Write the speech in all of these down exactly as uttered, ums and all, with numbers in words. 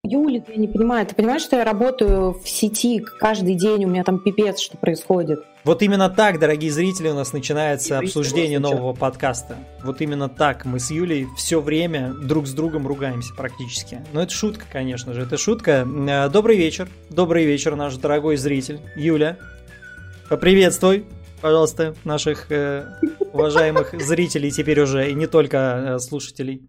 Юля, я не понимаю, ты понимаешь, что я работаю в сети каждый день, у меня там пипец, что происходит. Вот именно так, дорогие зрители, у нас начинается обсуждение нового подкаста. Вот именно так мы с Юлей все время друг с другом ругаемся практически. Но это шутка, конечно же, это шутка. Добрый вечер, добрый вечер, наш дорогой зритель. Юля, поприветствуй, пожалуйста, наших э, уважаемых зрителей теперь уже, и не только э, слушателей.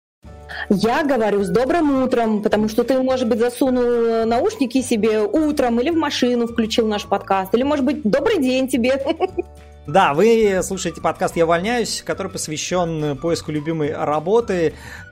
Я говорю с добрым утром, потому что ты, может быть, засунул наушники себе утром или в машину включил наш подкаст, или, может быть, добрый день тебе. Да, вы слушаете подкаст «Я увольняюсь», который посвящен поиску любимой работы,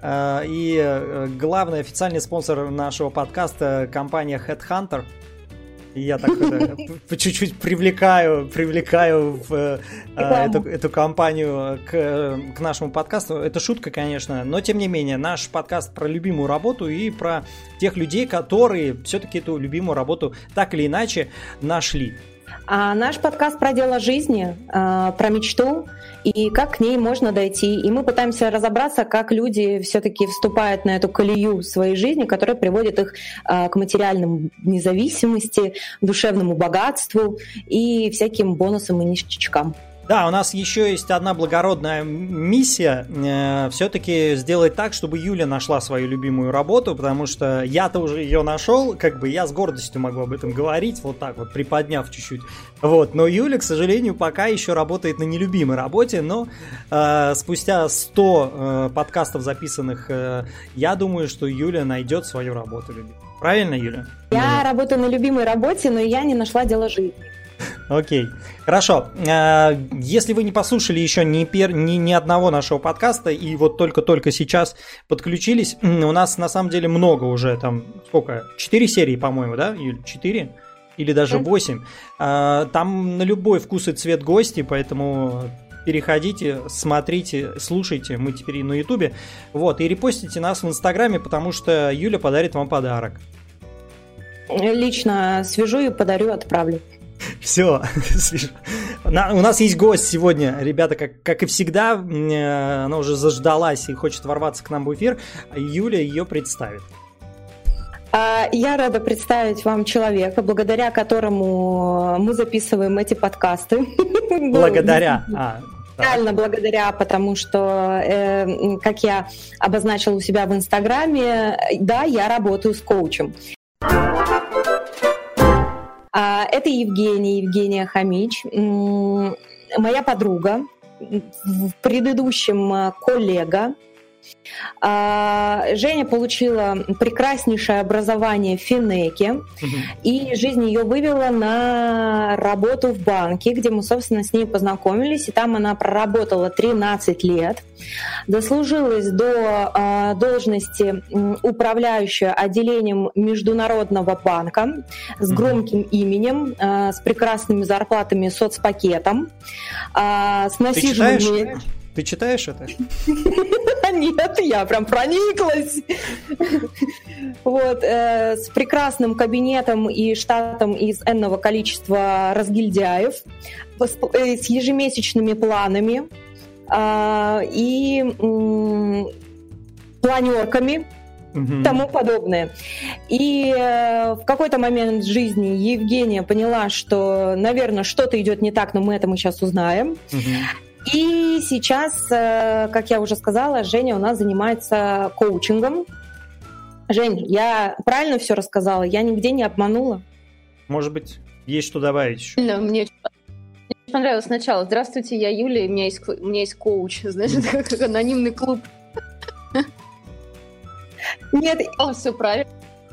и главный официальный спонсор нашего подкаста – компания HeadHunter. И я так это, по чуть-чуть привлекаю, привлекаю в, а, эту, эту компанию к, к нашему подкасту. Это шутка, конечно, но тем не менее, наш подкаст про любимую работу и про тех людей, которые все-таки эту любимую работу так или иначе нашли. А наш подкаст про дело жизни, про мечту и как к ней можно дойти. И мы пытаемся разобраться, как люди все-таки вступают на эту колею своей жизни, которая приводит их к материальной независимости, душевному богатству и всяким бонусам и ништячкам. Да, у нас еще есть одна благородная миссия, э, все-таки сделать так, чтобы Юля нашла свою любимую работу, потому что я-то уже ее нашел, как бы я с гордостью могу об этом говорить, вот так вот, приподняв чуть-чуть. Вот, но Юля, к сожалению, пока еще работает на нелюбимой работе, но э, спустя сто э, подкастов записанных, э, я думаю, что Юля найдет свою работу любимую. Правильно, Юля? Я да. работаю на любимой работе, но я не нашла дело жизни. Окей, хорошо. Если вы не послушали еще ни, пер... ни, ни одного нашего подкаста и вот только-только сейчас подключились, у нас на самом деле много уже, там, сколько, четыре серии, по-моему, да, Юль? четыре? Или даже восемь. Там на любой вкус и цвет гости, поэтому переходите, смотрите, слушайте, мы теперь и на Ютубе, вот, и репостите нас в Инстаграме, потому что Юля подарит вам подарок. Лично свяжу и подарю, отправлю. Все, у нас есть гость сегодня, ребята, как, как и всегда, она уже заждалась и хочет ворваться к нам в эфир, Юля ее представит. Я рада представить вам человека, благодаря которому мы записываем эти подкасты. Благодаря? А, Реально благодаря, потому что, э, как я обозначила у себя в Инстаграме, да, я работаю с коучем. Это Евгения, Евгения Хомич, моя подруга, в предыдущем коллега. Женя получила прекраснейшее образование в Финеке, угу. и жизнь ее вывела на работу в банке, где мы, собственно, с ней познакомились, и там она проработала тринадцать лет, дослужилась до должности управляющего отделением Международного банка с громким угу. именем, с прекрасными зарплатами, соцпакетом, с насиженными... Ты читаешь это? Нет, я прям прониклась. Вот, э, с прекрасным кабинетом и штатом из энного количества разгильдяев, с, с ежемесячными планами э, и э, планерками. Угу. Тому подобное. И э, в какой-то момент жизни Евгения поняла, что, наверное, что-то идет не так, но мы это мы сейчас узнаем. Угу. И сейчас, как я уже сказала, Женя у нас занимается коучингом. Жень, я правильно все рассказала? Я нигде не обманула? Может быть, есть что добавить еще? Да, мне очень понравилось сначала. Здравствуйте, я Юля, у меня есть, у меня есть коуч. Знаешь, это как анонимный клуб. Нет, все правильно.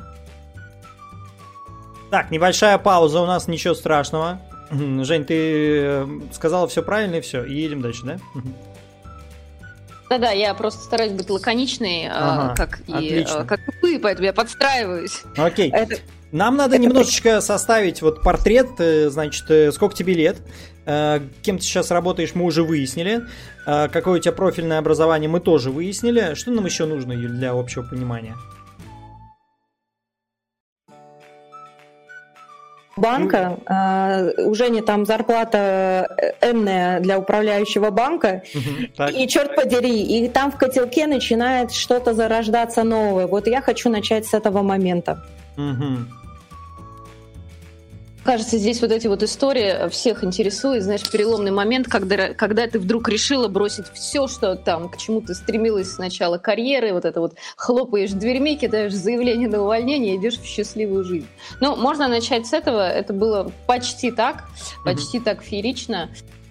Так, небольшая пауза, у нас ничего страшного. Жень, ты сказала все правильно, и все, и едем дальше, да? Да-да, я просто стараюсь быть лаконичной, ага, как и как вы, поэтому я подстраиваюсь. Окей. Это... Нам надо Это немножечко при... составить вот портрет, значит, сколько тебе лет, кем ты сейчас работаешь, мы уже выяснили, какое у тебя профильное образование, мы тоже выяснили. Что нам еще нужно, Юль, для общего понимания? банка, э, у Жени там зарплата энная для управляющего банка, uh-huh, и черт подери, и там в котелке начинает что-то зарождаться новое. Вот я хочу начать с этого момента. Uh-huh. Кажется, здесь вот эти вот истории всех интересуют, знаешь, переломный момент, когда, когда ты вдруг решила бросить все, что там, к чему ты стремилась сначала, карьеры, вот это вот хлопаешь дверьми, кидаешь заявление на увольнение, идешь в счастливую жизнь. Ну, можно начать с этого, это было почти так, почти mm-hmm. так феерично,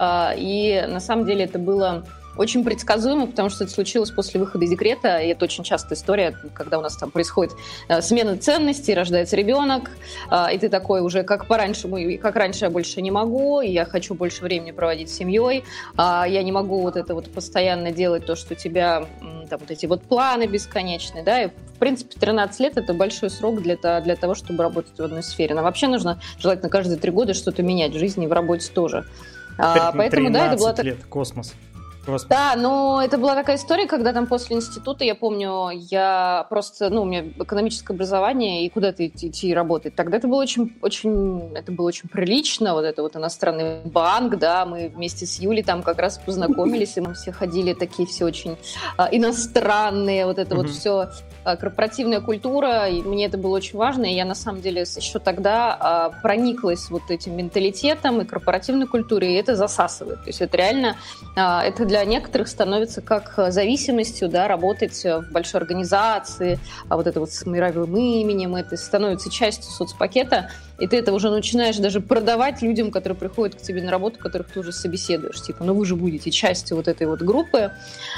и на самом деле это было очень предсказуемо, потому что это случилось после выхода из декрета, и это очень частая история, когда у нас там происходит э, смена ценностей, рождается ребенок, э, и ты такой уже, как пораньше, как раньше я больше не могу, и я хочу больше времени проводить с семьей, э, я не могу вот это вот постоянно делать то, что у тебя, э, там вот эти вот планы бесконечные, да, и в принципе тринадцать лет это большой срок для, для того, чтобы работать в одной сфере, но вообще нужно желательно каждые три года что-то менять в жизни и в работе тоже. А, поэтому, да, это было так... лет, космос. Господи. Да, но это была такая история, когда там после института, я помню, я просто, ну, у меня экономическое образование, и куда-то идти, идти работать. Тогда это было очень, очень, это было очень прилично, вот это вот иностранный банк, да, мы вместе с Юлей там как раз познакомились, и мы все ходили такие все очень а, иностранные, вот это mm-hmm. вот все а, корпоративная культура, и мне это было очень важно, и я на самом деле еще тогда а, прониклась вот этим менталитетом и корпоративной культурой, и это засасывает, то есть это реально, а, это для некоторых становится как зависимостью, да, работать в большой организации, а вот это вот с мировым именем, это становится частью соцпакета, и ты это уже начинаешь даже продавать людям, которые приходят к тебе на работу, которых ты уже собеседуешь, типа, ну вы же будете частью вот этой вот группы.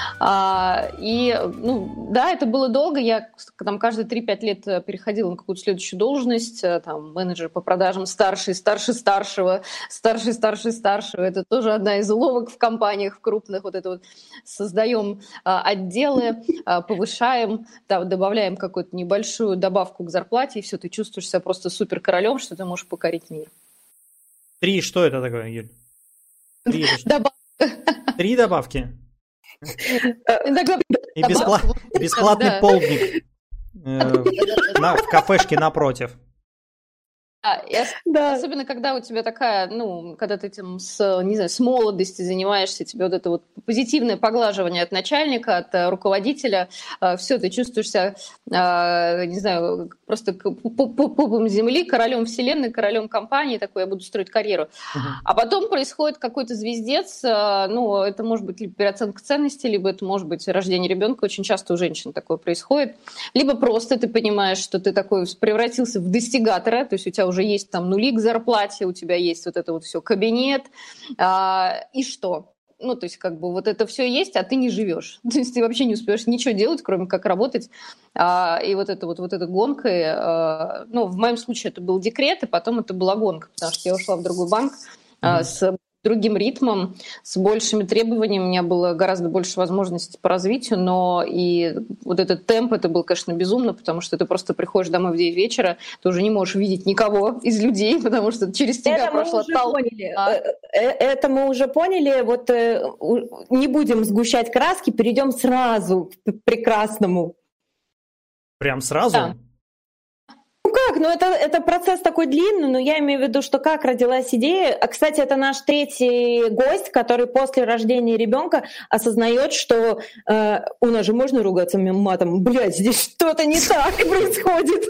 А, и, ну, да, это было долго, я там каждые три-пять лет переходила на какую-то следующую должность, там, менеджер по продажам старший, старше старшего, старший, старший, старшего, это тоже одна из уловок в компаниях, в крупных, вот это вот создаем а, отделы, а, повышаем, да, добавляем какую-то небольшую добавку к зарплате, и все, ты чувствуешь себя просто супер королем, что ты можешь покорить мир. Три, что это такое, Юль? Три, Добавка. Три добавки? И бесплатный полдник в кафешке напротив. А, и ос- да. Особенно, когда у тебя такая, ну, когда ты этим с, не знаю, с молодости занимаешься, тебе вот это вот позитивное поглаживание от начальника, от uh, руководителя, uh, все, ты чувствуешь себя, uh, не знаю, просто пупом земли, королем вселенной, королем компании, такой, я буду строить карьеру. Uh-huh. А потом происходит какой-то звездец, uh, ну, это может быть либо переоценка ценностей, либо это может быть рождение ребенка, очень часто у женщин такое происходит, либо просто ты понимаешь, что ты такой превратился в достигатора, то есть у тебя уже есть там нули к зарплате, у тебя есть вот это вот все кабинет, а, и что? Ну, то есть как бы вот это все есть, а ты не живешь. То есть ты вообще не успеешь ничего делать, кроме как работать. А, и вот это вот, вот эта гонка, а, ну, в моем случае это был декрет, и потом это была гонка, потому что я ушла в другой банк а, mm-hmm. с другим ритмом, с большими требованиями, у меня было гораздо больше возможностей по развитию, но и вот этот темп, это был, конечно, безумно, потому что ты просто приходишь домой в девять вечера, ты уже не можешь видеть никого из людей, потому что через тебя это прошла толпа. Это мы уже поняли, вот не будем сгущать краски, перейдем сразу к прекрасному. Прям сразу? Да. Как? Ну, это, это процесс такой длинный, но я имею в виду, что как родилась идея. А, кстати, это наш третий гость, который после рождения ребенка осознает, что э, у нас же можно ругаться матом. Блядь, здесь что-то не так происходит.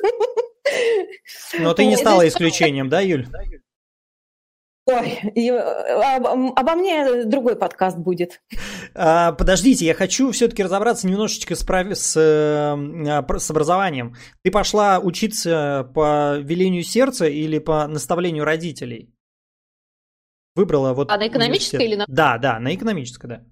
Но ты не стала исключением, да, Юль? Ой, и, об, обо мне другой подкаст будет. А, подождите, я хочу все-таки разобраться немножечко с, с, с образованием. Ты пошла учиться по велению сердца или по наставлению родителей? Выбрала вот... А на экономическое или на... Да, да, на экономическое, да.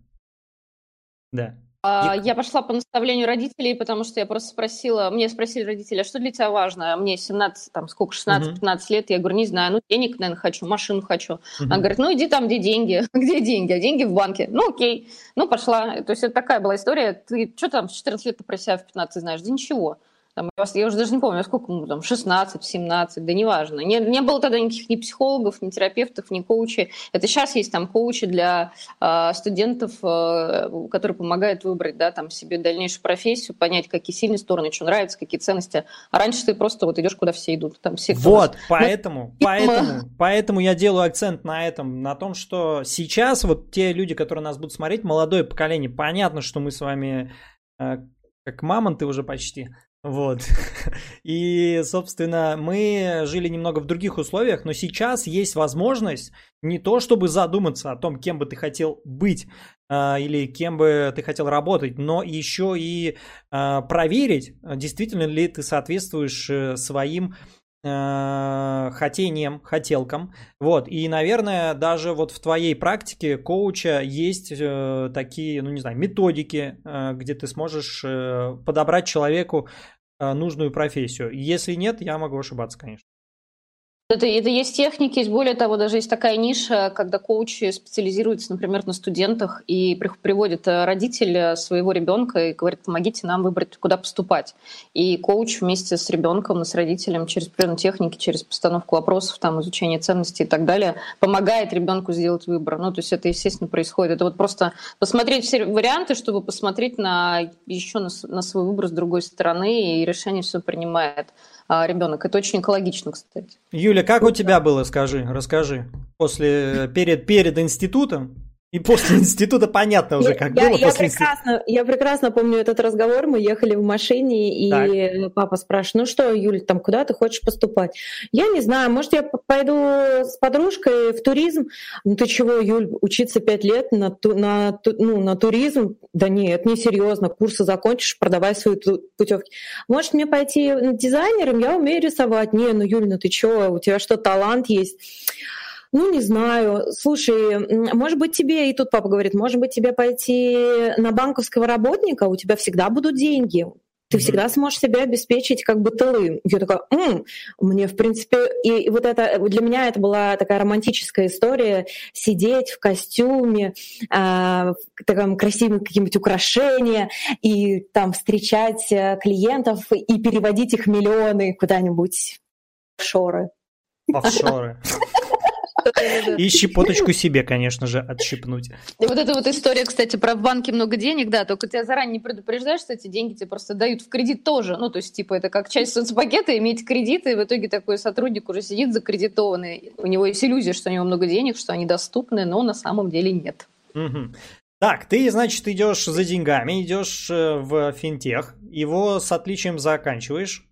Да. Я пошла по наставлению родителей, потому что я просто спросила, мне спросили родители, а что для тебя важно? Мне семнадцать, там сколько, шестнадцать-пятнадцать uh-huh. лет, я говорю, не знаю, ну денег, наверное, хочу, машину хочу. Uh-huh. Она говорит, ну иди там, где деньги. Где деньги? А деньги в банке. Ну окей, ну пошла. То есть это такая была история. Ты что там в четырнадцать лет ты про себя в пятнадцать знаешь? Да ничего. Там, я уже даже не помню, сколько ему там, шестнадцать, семнадцать, да неважно. Не, не было тогда никаких ни психологов, ни терапевтов, ни коучей. Это сейчас есть там коучи для э, студентов, э, которые помогают выбрать, да, там, себе дальнейшую профессию, понять, какие сильные стороны, что нравится, какие ценности. А раньше ты просто вот идешь, куда все идут. Там все, вот, кто... поэтому, Но... поэтому, поэтому я делаю акцент на этом, на том, что сейчас вот те люди, которые нас будут смотреть, молодое поколение, понятно, что мы с вами э, как мамонты уже почти. Вот. И, собственно, мы жили немного в других условиях, но сейчас есть возможность не то, чтобы задуматься о том, кем бы ты хотел быть э, или кем бы ты хотел работать, но еще и э, проверить, действительно ли ты соответствуешь э, своим э, хотениям, хотелкам. Вот. И, наверное, даже вот в твоей практике коуча есть э, такие, ну не знаю, методики, э, где ты сможешь э, подобрать человеку э, нужную профессию. Если нет, я могу ошибаться, конечно. Это, это есть техники, более того, даже есть такая ниша, когда коучи специализируются, например, на студентах и при, приводит родителя своего ребенка и говорит, помогите нам выбрать, куда поступать. И коуч вместе с ребенком, с родителем через определенные техники, через постановку вопросов, там, изучение ценностей и так далее, помогает ребенку сделать выбор. Ну, то есть это, естественно, происходит. Это вот просто посмотреть все варианты, чтобы посмотреть на, еще на, на свой выбор с другой стороны, и решение все принимает ребенок. Это очень экологично, кстати. Юля, как у тебя было, скажи, расскажи. После, перед, перед институтом и после института понятно уже, как я, было я после прекрасно, института. Я прекрасно помню этот разговор. Мы ехали в машине, и так. Папа спрашивает, ну что, Юль, там куда ты хочешь поступать? Я не знаю, может, я пойду с подружкой в туризм? Ну ты чего, Юль, учиться пять лет на, на, ну, на туризм? Да нет, не серьезно, курсы закончишь, продавай свои путевки. Может, мне пойти дизайнером? Я умею рисовать. Не, ну Юль, ну ты чего, у тебя что, талант есть? Ну, не знаю. Слушай, может быть, тебе, и тут папа говорит, может быть, тебе пойти на банковского работника, у тебя всегда будут деньги. Ты mm-hmm. всегда сможешь себя обеспечить как бы тылы. Я такая, м-м, мне, в принципе, и, и вот это, для меня это была такая романтическая история, сидеть в костюме, э, в таком красивом какие-нибудь украшения, и там встречать клиентов и переводить их миллионы куда-нибудь в офшоры. В офшоры. И щепоточку себе, конечно же, отщипнуть. И вот эта вот история, кстати, про в банке много денег, да, только тебя заранее не предупреждаешь, что эти деньги тебе просто дают в кредит тоже. Ну, то есть, типа, это как часть соцпакета, иметь кредиты, и в итоге такой сотрудник уже сидит закредитованный. У него есть иллюзия, что у него много денег, что они доступны, но на самом деле нет. Угу. Так, ты, значит, идешь за деньгами, идешь в финтех, его с отличием заканчиваешь.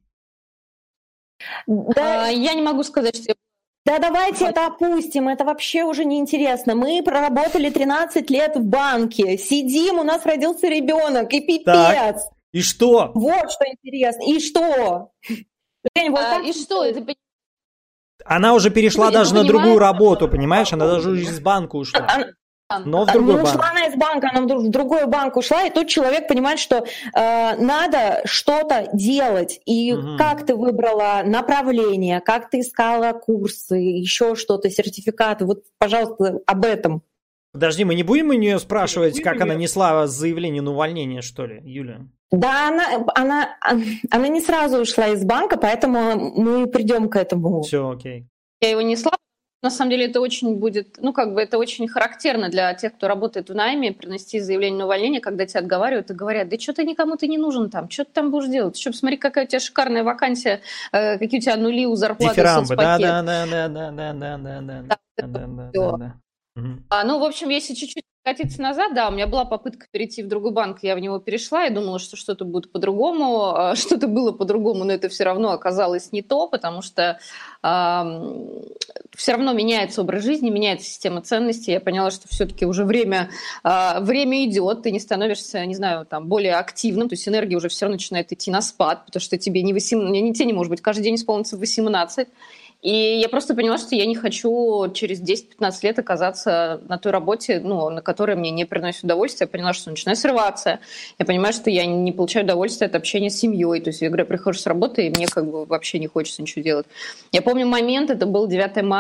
Да, а, я не могу сказать, что... Да давайте это опустим, это вообще уже неинтересно. Мы проработали тринадцать лет в банке, сидим, у нас родился ребенок, и пипец. Так, и что? Вот что интересно. И что? Жень, вот а, и что? Это... Она уже перешла Люди, даже на понимаешь? другую работу, понимаешь? Она даже уже из банка ушла. Но в другой ну, банк. Ушла она из банка, она в другой банк ушла, и тут человек понимает, что э, надо что-то делать. И угу. как ты выбрала направление, как ты искала курсы, еще что-то, сертификаты. Вот, пожалуйста, об этом. Подожди, мы не будем у нее спрашивать, как она несла заявление на увольнение, что ли, Юля? Да, она, она, она не сразу ушла из банка, поэтому мы придем к этому. Все, окей. Я его несла. На самом деле это очень будет, ну как бы это очень характерно для тех, кто работает в найме, принести заявление на увольнение, когда тебя отговаривают и говорят, да что ты никому ты не нужен там, что ты там будешь делать, что посмотри, какая у тебя шикарная вакансия, э, какие у тебя нули у зарплаты, соцпакет. Да, да, да, да, да, да, да, да, да, да, да, да, да. А, ну, в общем, если чуть-чуть катиться назад, да, у меня была попытка перейти в другой банк, я в него перешла и думала, что что-то будет по-другому, что-то было по-другому, но это все равно оказалось не то, потому что э, все равно меняется образ жизни, меняется система ценностей. Я поняла, что все-таки уже время, э, время идет, ты не становишься, не знаю, там, более активным, то есть энергия уже все равно начинает идти на спад, потому что тебе не восемнадцать, тебе не может быть каждый день исполнится восемнадцать. И я просто поняла, что я не хочу через десять-пятнадцать лет оказаться на той работе, ну, на которой мне не приносит удовольствия. Я поняла, что начинаю срываться. Я понимаю, что я не получаю удовольствия от общения с семьей. То есть я говорю, я прихожу с работы, и мне как бы вообще не хочется ничего делать. Я помню момент, это был девятое мая,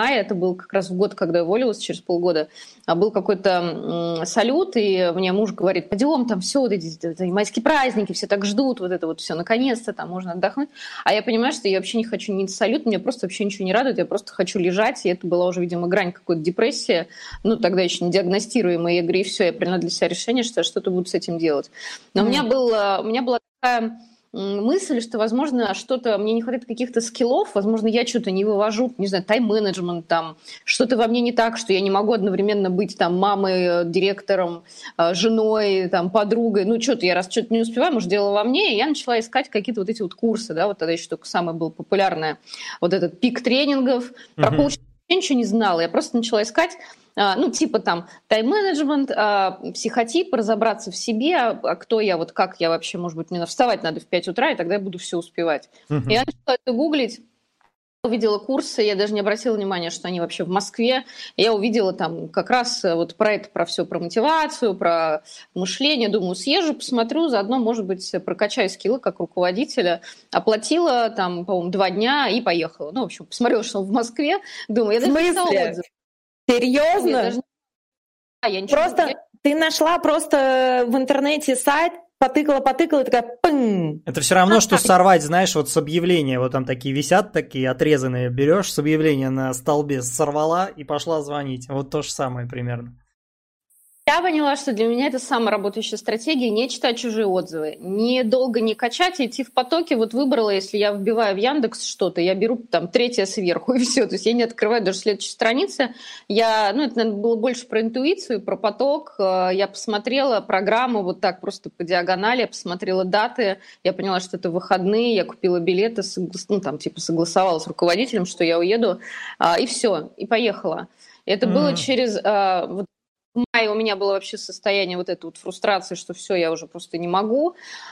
мая, это был как раз в год, когда я уволилась, через полгода, был какой-то салют, и мне муж говорит: пойдем, там все, вот эти, эти майские праздники, все так ждут, вот это вот все, наконец-то, там можно отдохнуть. А я понимаю, что я вообще не хочу ни салют, меня просто вообще ничего не радует, я просто хочу лежать, и это была уже, видимо, грань какой-то депрессии, ну, тогда еще не диагностируемая. Я говорю, и все, я приняла для себя решение, что я что-то буду с этим делать. Но mm-hmm. у меня было, у меня была такая мысль, что, возможно, что-то, мне не хватает каких-то скиллов, возможно, я что-то не вывожу, не знаю, тайм-менеджмент, там, что-то во мне не так, что я не могу одновременно быть там мамой, директором, женой, там, подругой, ну, что-то я раз что-то не успеваю, может, дело во мне, и я начала искать какие-то вот эти вот курсы, да, вот тогда еще только самое было популярное, вот этот пик тренингов, mm-hmm. про коучинг я ничего не знала, я просто начала искать, ну, типа там тайм-менеджмент, психотип, разобраться в себе, а кто я, вот как я вообще, может быть, мне вставать надо в пять утра, и тогда я буду все успевать. Uh-huh. Я начала это гуглить, увидела курсы, я даже не обратила внимания, что они вообще в Москве. Я увидела там как раз вот про это, про все, про мотивацию, про мышление. Думаю, съезжу, посмотрю, заодно, может быть, прокачаю скиллы как руководителя. Оплатила там, по-моему, два дня и поехала. Ну, в общем, посмотрела, что в Москве. Думаю, я даже написала отзыв. Серьезно? Я даже... а, я просто не... ты нашла просто в интернете сайт, потыкала, потыкала, и такая пынь. Это все равно, что сорвать, знаешь, вот с объявления, вот там такие висят, такие отрезанные, берешь с объявления на столбе, сорвала и пошла звонить. Вот то же самое примерно. Я поняла, что для меня это самая работающая стратегия — не читать чужие отзывы, не долго не качать, идти в потоке. Вот выбрала, если я вбиваю в Яндекс что-то, я беру там третье сверху, и все. То есть я не открываю даже следующей страницы. Я, ну, это, наверное, было больше про интуицию, про поток. Я посмотрела программу вот так просто по диагонали, я посмотрела даты, я поняла, что это выходные, я купила билеты, ну, там, типа, согласовала с руководителем, что я уеду, и все, и поехала. Это mm. было через... Вот, в мае у меня было вообще состояние вот этой вот фрустрации, что все, я уже просто не могу.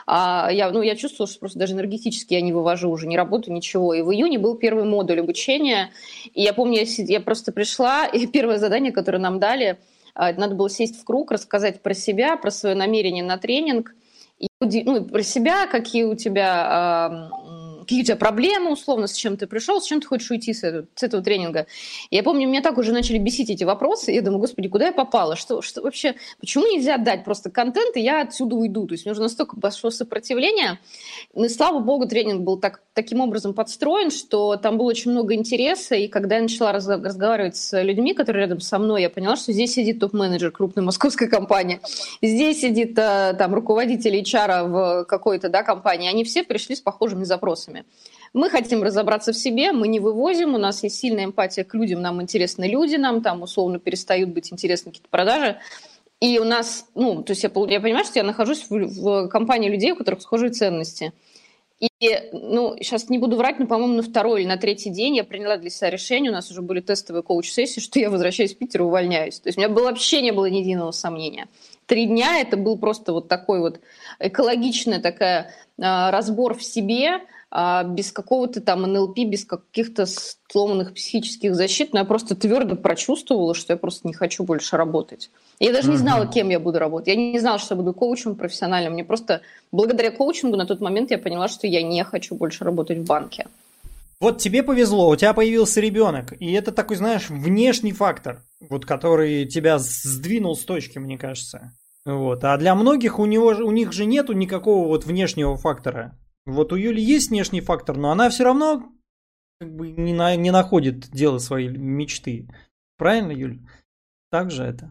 А я, ну, я чувствовала, что просто даже энергетически я не вывожу уже, не работаю, ничего. И в июне был первый модуль обучения. И я помню, я, сид... я просто пришла, и первое задание, которое нам дали, надо было сесть в круг, рассказать про себя, про свое намерение на тренинг, и, ну, про себя, какие у тебя... какие у тебя проблемы, условно, с чем ты пришел, с чем ты хочешь уйти с этого, с этого тренинга. И я помню, меня так уже начали бесить эти вопросы, и я думаю, господи, куда я попала? Что, что вообще, почему нельзя дать просто контент, и я отсюда уйду? То есть мне уже настолько пошло сопротивление. Ну и слава богу, тренинг был так, таким образом подстроен, что там было очень много интереса, и когда я начала раз, разговаривать с людьми, которые рядом со мной, я поняла, что здесь сидит топ-менеджер крупной московской компании, здесь сидит там руководитель эйч ар в какой-то, да, компании, они все пришли с похожими запросами. Мы хотим разобраться в себе, мы не вывозим, у нас есть сильная эмпатия к людям, нам интересны люди, нам там условно перестают быть интересны какие-то продажи. И у нас, ну, то есть я, я понимаю, что я нахожусь в, в компании людей, у которых схожие ценности. И, ну, сейчас не буду врать, но, по-моему, на второй или на третий день я приняла для себя решение, у нас уже были тестовые коуч-сессии, что я возвращаюсь в Питер и увольняюсь. То есть у меня было, вообще не было ни единого сомнения. Три дня это был просто вот такой вот экологичный такая, а, разбор в себе, а, без какого-то там эн эл пи, без каких-то сломанных психических защит, но я просто твердо прочувствовала, что я просто не хочу больше работать. Я даже не знала, кем я буду работать. Я не знала, что я буду коучем профессиональным. Мне просто благодаря коучингу на тот момент я поняла, что я не хочу больше работать в банке. Вот тебе повезло, у тебя появился ребенок, и это такой, знаешь, внешний фактор, вот, который тебя сдвинул с точки, мне кажется. Вот. А для многих у, него, у них же нету никакого вот внешнего фактора. Вот у Юли есть внешний фактор, но она все равно как бы не, на, не находит дело своей мечты. Правильно, Юль? Так же это?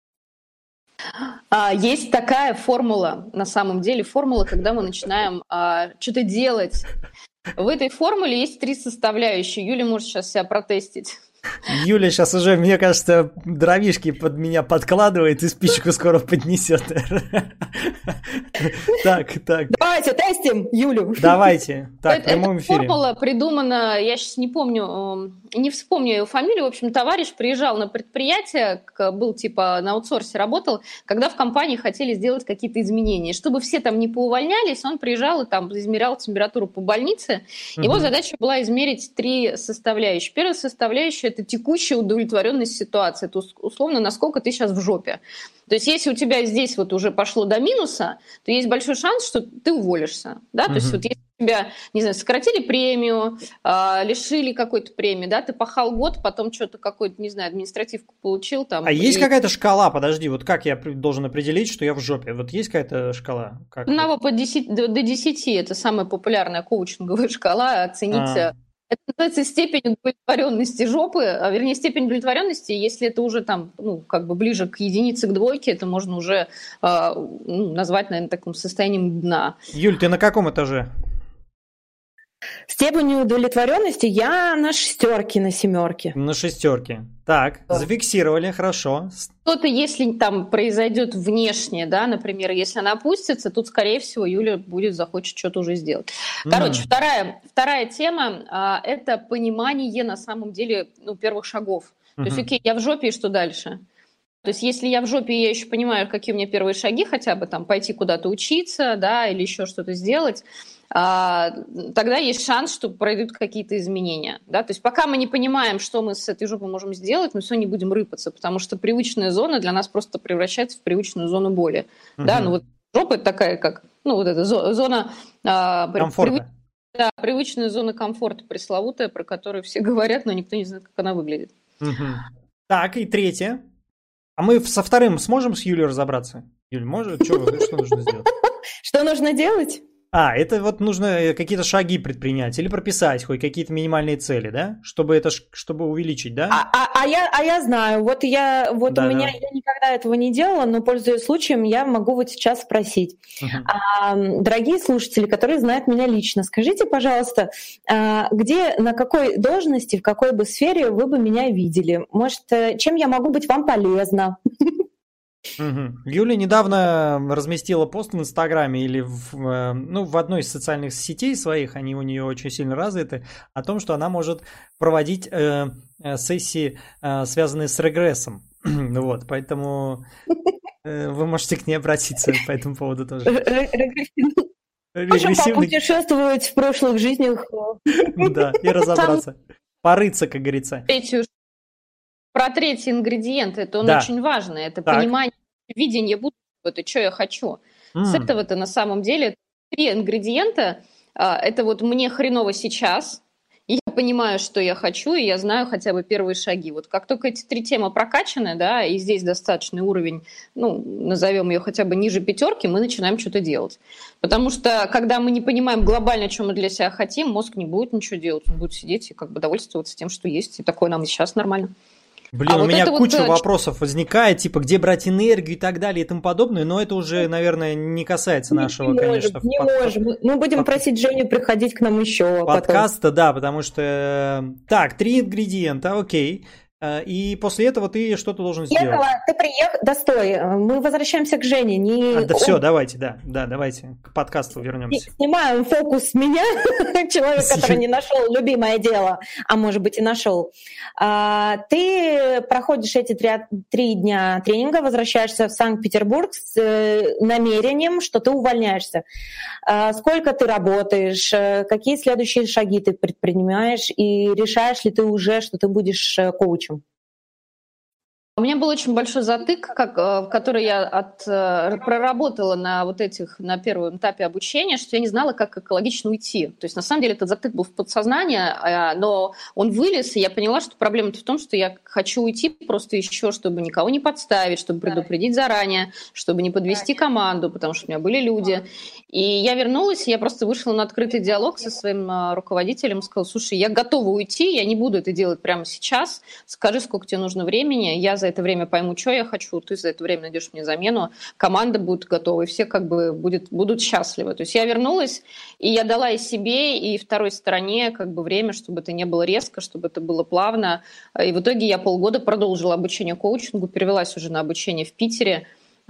Есть такая формула, на самом деле, формула, когда мы начинаем а, что-то делать. В этой формуле есть три составляющие. Юля может сейчас себя протестить. Юля сейчас уже, мне кажется, дровишки под меня подкладывает и спичку скоро поднесет. Так, так. Давайте тестим Юлю. Давайте. Так, в прямом эфире. Формула придумана, я сейчас не помню, не вспомню ее фамилию. В общем, товарищ приезжал на предприятие, был типа на аутсорсе работал, когда в компании хотели сделать какие-то изменения. Чтобы все там не поувольнялись, он приезжал и там измерял температуру по больнице. Его задача была измерить три составляющие. Первая составляющая — это текущая удовлетворенность ситуации. То есть, условно, насколько ты сейчас в жопе. То есть если у тебя здесь вот уже пошло до минуса, то есть большой шанс, что ты уволишься. Да? Mm-hmm. То есть вот если тебя, не знаю, сократили премию, э, лишили какой-то премии, да, ты пахал год, потом что-то какой-то, не знаю, административку получил. Там, а и... есть какая-то шкала? Подожди, вот как я должен определить, что я в жопе? Вот есть какая-то шкала? Как одного по десять, до, до десяти, это самая популярная коучинговая шкала, оценить... А. Это называется степень удовлетворенности жопы, а вернее степень удовлетворенности, если это уже там, ну, как бы ближе к единице, к двойке, это можно уже э, ну, назвать, наверное, таким состоянием дна. Юль, ты на каком этаже? Степень удовлетворенности я на шестерке, на семерке. На шестерке. Так, да. Зафиксировали, хорошо. Что-то, если там произойдет внешне, да, например, если она опустится, тут, скорее всего, Юля будет захочет что-то уже сделать. Короче, mm. вторая, вторая тема а, – это понимание на самом деле ну, первых шагов. Mm-hmm. То есть, окей, я в жопе, и что дальше? То есть, если я в жопе, я еще понимаю, какие у меня первые шаги, хотя бы там пойти куда-то учиться, да, или еще что-то сделать, а, тогда есть шанс, что пройдут какие-то изменения. Да? То есть, пока мы не понимаем, что мы с этой жопой можем сделать, мы все не будем рыпаться, потому что привычная зона для нас просто превращается в привычную зону боли. Uh-huh. Да? Ну вот жопа это такая, как, ну вот эта зона... А, комфорта. Привыч... Да, привычная зона комфорта пресловутая, про которую все говорят, но никто не знает, как она выглядит. Uh-huh. Так, и третье. А мы со вторым сможем с Юлей разобраться? Юль, может? Что, что нужно сделать? Что нужно делать? А, это вот нужно какие-то шаги предпринять или прописать хоть какие-то минимальные цели, да? Чтобы это, чтобы увеличить, да? А, а, а, я, а я знаю, вот я, вот да, у меня, да. я никогда этого не делала, но, пользуясь случаем, я могу вот сейчас спросить. Uh-huh. А, дорогие слушатели, которые знают меня лично, скажите, пожалуйста, а, где, на какой должности, в какой бы сфере вы бы меня видели? Может, чем я могу быть вам полезна? Угу. Юля недавно разместила пост в Инстаграме или в, ну, в одной из социальных сетей своих, они у нее очень сильно развиты, о том, что она может проводить э, сессии, э, связанные с регрессом. Вот, поэтому э, вы можете к ней обратиться по этому поводу тоже. Можем попутешествовать в прошлых жизнях. Да, и разобраться. Порыться, как говорится. Про третий ингредиент, это он да. очень важный, это так. Понимание, видение будущего, это что я хочу. Mm. С этого-то на самом деле три ингредиента, это вот мне хреново сейчас, и я понимаю, что я хочу, и я знаю хотя бы первые шаги. Вот как только эти три темы прокачаны, да, и здесь достаточный уровень, ну, назовем ее хотя бы ниже пятерки, мы начинаем что-то делать. Потому что, когда мы не понимаем глобально, что мы для себя хотим, мозг не будет ничего делать, он будет сидеть и как бы довольствоваться тем, что есть, и такое нам сейчас нормально. Блин, а у вот меня куча вот... вопросов возникает, типа, где брать энергию и так далее и тому подобное, но это уже, наверное, не касается нашего, не конечно... Можем, не под... можем. Мы будем под... просить Женю приходить к нам еще. Подкаста, потом. Да, потому что... Так, три ингредиента, окей. И после этого ты что-то должен сделать. Ехала, ты приехал, да стой, мы возвращаемся к Жене. Не... А, да все, давайте, да, да, давайте к подкасту вернемся. Снимаем фокус с меня, человек, который не нашел любимое дело, а может быть и нашел. Ты проходишь эти три дня тренинга, возвращаешься в Санкт-Петербург с намерением, что ты увольняешься. Сколько ты работаешь, какие следующие шаги ты предпринимаешь и решаешь ли ты уже, что ты будешь коучем? У меня был очень большой затык, как, который я от, проработала на вот этих, на первом этапе обучения, что я не знала, как экологично уйти. То есть, на самом деле, этот затык был в подсознании, но он вылез, и я поняла, что проблема-то в том, что я хочу уйти просто еще, чтобы никого не подставить, чтобы предупредить заранее, чтобы не подвести команду, потому что у меня были люди. И я вернулась, и я просто вышла на открытый диалог со своим руководителем, сказала: слушай, я готова уйти, я не буду это делать прямо сейчас, скажи, сколько тебе нужно времени, я за это время пойму, что я хочу, ты за это время найдешь мне замену, команда будет готова, и все как бы будет, будут счастливы. То есть я вернулась, и я дала и себе, и второй стороне как бы время, чтобы это не было резко, чтобы это было плавно. И в итоге я полгода продолжила обучение коучингу, перевелась уже на обучение в Питере.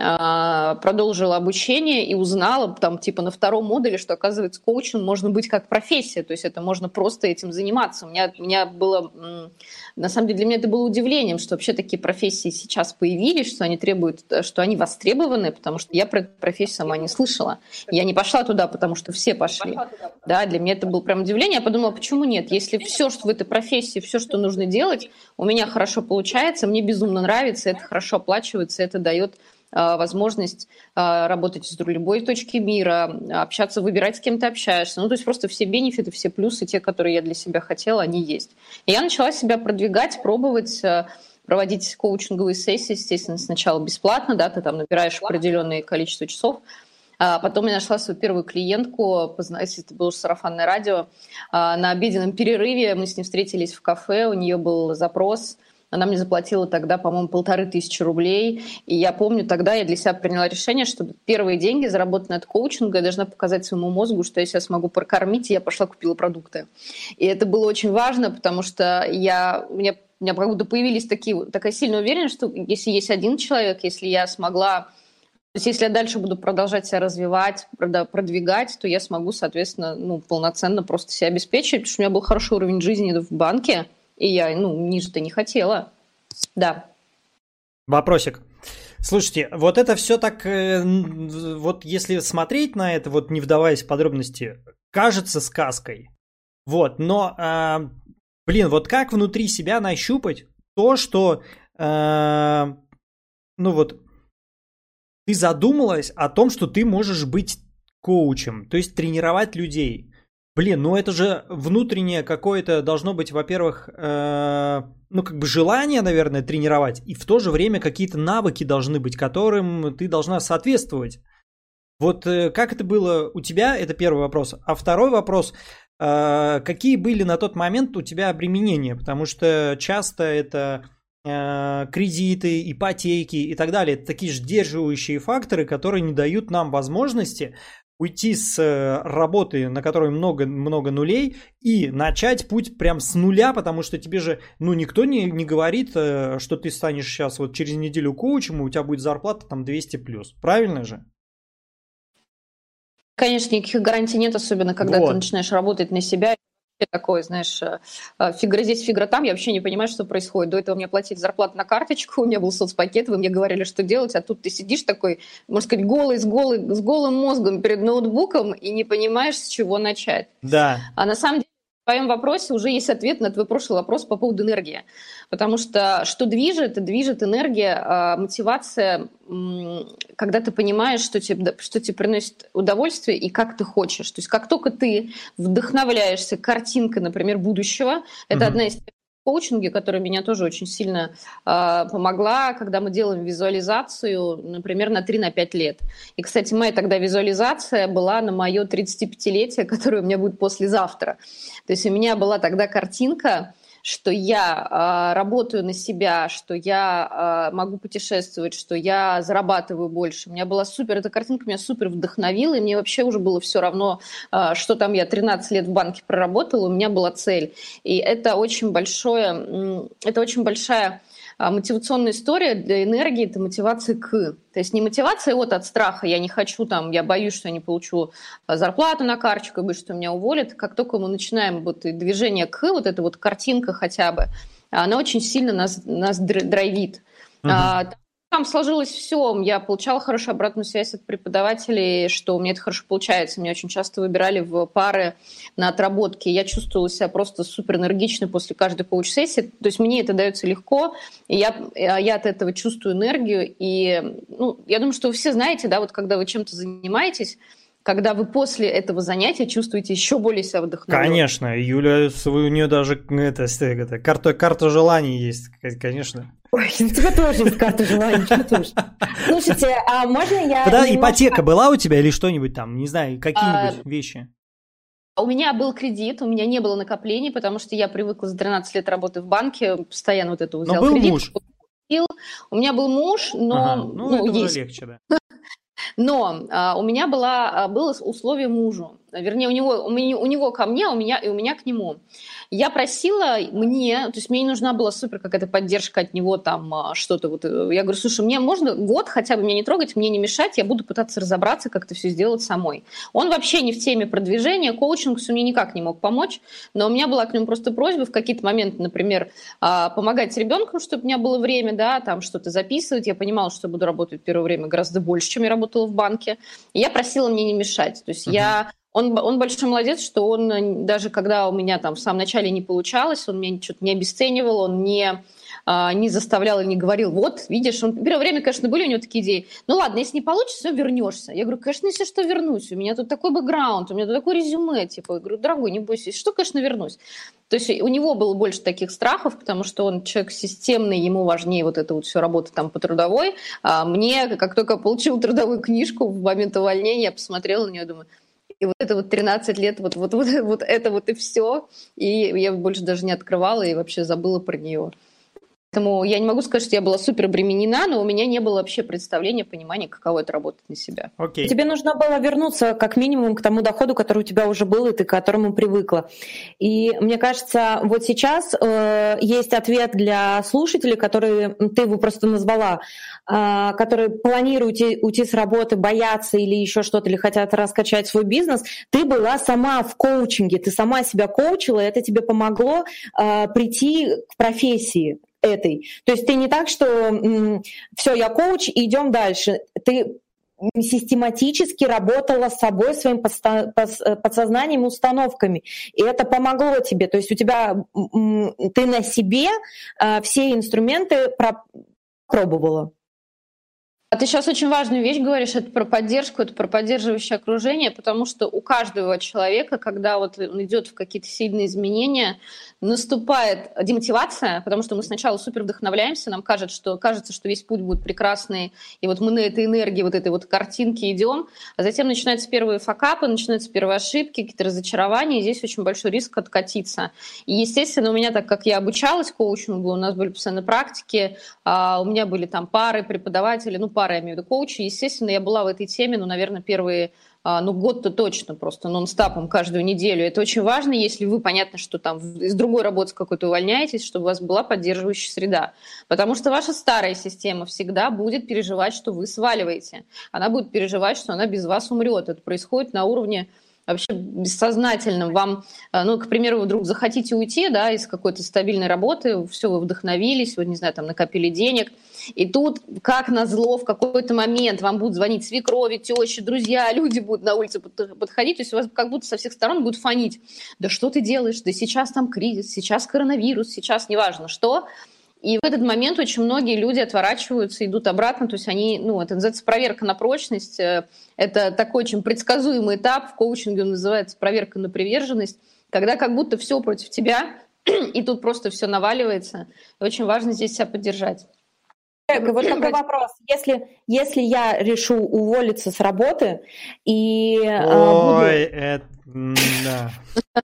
продолжила обучение и узнала там типа на втором модуле, что, оказывается, коучем можно быть как профессия, то есть это можно просто этим заниматься. У меня, у меня было, на самом деле, для меня это было удивлением, что вообще такие профессии сейчас появились, что они требуют, что они востребованы, потому что я про эту профессию сама не слышала. Я не пошла туда, потому что все пошли. Да, для меня это было прям удивление. Я подумала, почему нет? Если все, что в этой профессии, все, что нужно делать, у меня хорошо получается, мне безумно нравится, это хорошо оплачивается, это дает возможность работать с любой точки мира, общаться, выбирать, с кем ты общаешься. Ну, то есть просто все бенефиты, все плюсы, те, которые я для себя хотела, они есть. И я начала себя продвигать, пробовать, проводить коучинговые сессии, естественно, сначала бесплатно, да, ты там набираешь определенное количество часов. А потом я нашла свою первую клиентку, если это было сарафанное радио, на обеденном перерыве. Мы с ней встретились в кафе, у нее был запрос. Она мне заплатила тогда, по-моему, полторы тысячи рублей. И я помню, тогда я для себя приняла решение, что первые деньги, заработанные от коучинга, я должна показать своему мозгу, что я себя смогу прокормить, и я пошла купила продукты. И это было очень важно, потому что я, у меня, у меня как будто появились такие, такая сильная уверенность, что если есть один человек, если я смогла... То есть если я дальше буду продолжать себя развивать, продвигать, то я смогу, соответственно, ну, полноценно просто себя обеспечить, потому что у меня был хороший уровень жизни в банке, и я, ну, ниже-то не хотела. Да. Вопросик. Слушайте, вот это все так, вот если смотреть на это, вот не вдаваясь в подробности, кажется сказкой. Вот, но, блин, вот как внутри себя нащупать то, что, ну вот, ты задумалась о том, что ты можешь быть коучем, то есть тренировать людей. Блин, ну это же внутреннее какое-то должно быть, во-первых, э, ну как бы желание, наверное, тренировать, и в то же время какие-то навыки должны быть, которым ты должна соответствовать. Вот э, как это было у тебя, это первый вопрос. А второй вопрос, э, какие были на тот момент у тебя обременения, потому что часто это э, кредиты, ипотеки и так далее, это такие сдерживающие факторы, которые не дают нам возможности уйти с работы, на которой много-много нулей, и начать путь прям с нуля, потому что тебе же, ну, никто не, не говорит, что ты станешь сейчас вот через неделю коучем, и у тебя будет зарплата там двести плюс. Правильно же? Конечно, никаких гарантий нет, особенно когда вот. Ты начинаешь работать на себя. Такое, знаешь, фигра здесь, фигра там, я вообще не понимаю, что происходит. До этого мне платили зарплату на карточку, у меня был соцпакет, вы мне говорили, что делать, а тут ты сидишь такой, можно сказать, голый, с, голый, с голым мозгом перед ноутбуком и не понимаешь, с чего начать. Да. А на самом деле в твоем вопросе уже есть ответ на твой прошлый вопрос по поводу энергии. Потому что что движет? Движет энергия, мотивация, когда ты понимаешь, что тебе, что тебе приносит удовольствие и как ты хочешь. То есть как только ты вдохновляешься картинкой, например, будущего, это mm-hmm. одна из коучинге, которая меня тоже очень сильно э, помогла, когда мы делаем визуализацию, например, на три-пять лет. И, кстати, моя тогда визуализация была на мое тридцатипятилетие, которое у меня будет послезавтра. То есть у меня была тогда картинка, что я э, работаю на себя, что я э, могу путешествовать, что я зарабатываю больше. У меня была супер, эта картинка меня супер вдохновила, и мне вообще уже было все равно, э, что там я тринадцать лет в банке проработала, у меня была цель. И это очень большое, это очень большая мотивационная история для энергии, это мотивация к. То есть не мотивация вот от страха, я не хочу там, я боюсь, что я не получу зарплату на карточку, боюсь, что меня уволят. Как только мы начинаем вот движение к, вот эта вот картинка хотя бы, она очень сильно нас, нас драйвит. Uh-huh. Там сложилось все, я получала хорошую обратную связь от преподавателей, что у меня это хорошо получается. Меня очень часто выбирали в пары на отработки. Я чувствовала себя просто супер энергичной после каждой коуч-сессии. То есть мне это дается легко, и я, я от этого чувствую энергию. И ну, я думаю, что вы все знаете, да, вот когда вы чем-то занимаетесь, когда вы после этого занятия чувствуете еще более себя вдохновленным. Конечно, Юля, у нее даже это, это, карта, карта желаний есть, конечно. Ой, у тебя тоже есть карта желаний, чувствуешь? Слушайте, а можно я... Да, немножко... ипотека была у тебя или что-нибудь там, не знаю, какие-нибудь а... вещи? У меня был кредит, у меня не было накоплений, потому что я привыкла за тринадцать лет работы в банке, постоянно вот это взял но был кредит. Муж. У меня был муж, но... Ага, ну, ну, это есть. Уже легче, да. Но а, у меня была, было условие мужу. вернее, у него, у него ко мне, а у меня, и у меня к нему. Я просила мне, то есть мне не нужна была супер какая-то поддержка от него, там что-то вот. Я говорю, слушай, мне можно год хотя бы меня не трогать, мне не мешать, я буду пытаться разобраться, как это все сделать самой. Он вообще не в теме продвижения, коучинг все мне никак не мог помочь, но у меня была к нему просто просьба в какие-то моменты, например, помогать ребенку, чтобы у меня было время, да, там что-то записывать. Я понимала, что я буду работать в первое время гораздо больше, чем я работала в банке. И я просила мне не мешать. То есть uh-huh. я... Он, он большой молодец, что он даже когда у меня там в самом начале не получалось, он меня что-то не обесценивал, он не, а, не заставлял и не говорил, вот, видишь, он, в первое время, конечно, были у него такие идеи, ну ладно, если не получится, все, вернешься. Я говорю, конечно, если что, вернусь, у меня тут такой бэкграунд, у меня тут такое резюме, типа, я говорю, дорогой, не бойся, если что, конечно, вернусь. То есть у него было больше таких страхов, потому что он человек системный, ему важнее вот эта вот все работа там по трудовой. А мне, как только получил трудовую книжку в момент увольнения, я посмотрела на нее и думаю, и вот это вот тринадцать лет, вот, вот, вот, вот это вот и все. И я больше даже не открывала и вообще забыла про нее. Поэтому я не могу сказать, что я была супер обременена, но у меня не было вообще представления, понимания, каково это работать на себя. Okay. Тебе нужно было вернуться как минимум к тому доходу, который у тебя уже был, и ты к которому привыкла. И мне кажется, вот сейчас э, есть ответ для слушателей, которые ты его просто назвала, э, которые планируют уйти, уйти с работы, боятся или еще что-то, или хотят раскачать свой бизнес. Ты была сама в коучинге, ты сама себя коучила, и это тебе помогло э, прийти к профессии этой. То есть ты не так, что все, я коуч, идем дальше. Ты систематически работала с собой, своим подсознанием, установками. И это помогло тебе. То есть у тебя ты на себе все инструменты пробовала. А ты сейчас очень важную вещь говоришь, это про поддержку, это про поддерживающее окружение, потому что у каждого человека, когда вот он идет в какие-то сильные изменения, наступает демотивация, потому что мы сначала супер вдохновляемся, нам кажется, что, кажется, что весь путь будет прекрасный, и вот мы на этой энергии, вот этой вот картинке идем, а затем начинаются первые факапы, начинаются первые ошибки, какие-то разочарования, и здесь очень большой риск откатиться. И, естественно, у меня, так как я обучалась коучингу, у нас были постоянно практики, у меня были там пары, преподаватели, ну, пары, я имею в виду коучи, естественно, я была в этой теме, ну, наверное, первые ну, год-то точно просто нон-стопом каждую неделю. Это очень важно, если вы, понятно, что там из другой работы с какой-то увольняетесь, чтобы у вас была поддерживающая среда. Потому что ваша старая система всегда будет переживать, что вы сваливаете. Она будет переживать, что она без вас умрет. Это происходит на уровне вообще бессознательном. Вам, ну, к примеру, вы вдруг захотите уйти, да, из какой-то стабильной работы, все, вы вдохновились, вы, не знаю, там, накопили денег, и тут, как назло, в какой-то момент вам будут звонить свекрови, тещи, друзья, люди будут на улице подходить, то есть у вас как будто со всех сторон будет фонить. Да что ты делаешь? Да сейчас там кризис, сейчас коронавирус, сейчас неважно что. И в этот момент очень многие люди отворачиваются, идут обратно, то есть они, ну, это называется проверка на прочность, это такой очень предсказуемый этап, в коучинге он называется проверка на приверженность, когда как будто все против тебя, и тут просто все наваливается, и очень важно здесь себя поддержать. Вот такой вопрос. Если, если я решу уволиться с работы и... Ой, буду... это... Да.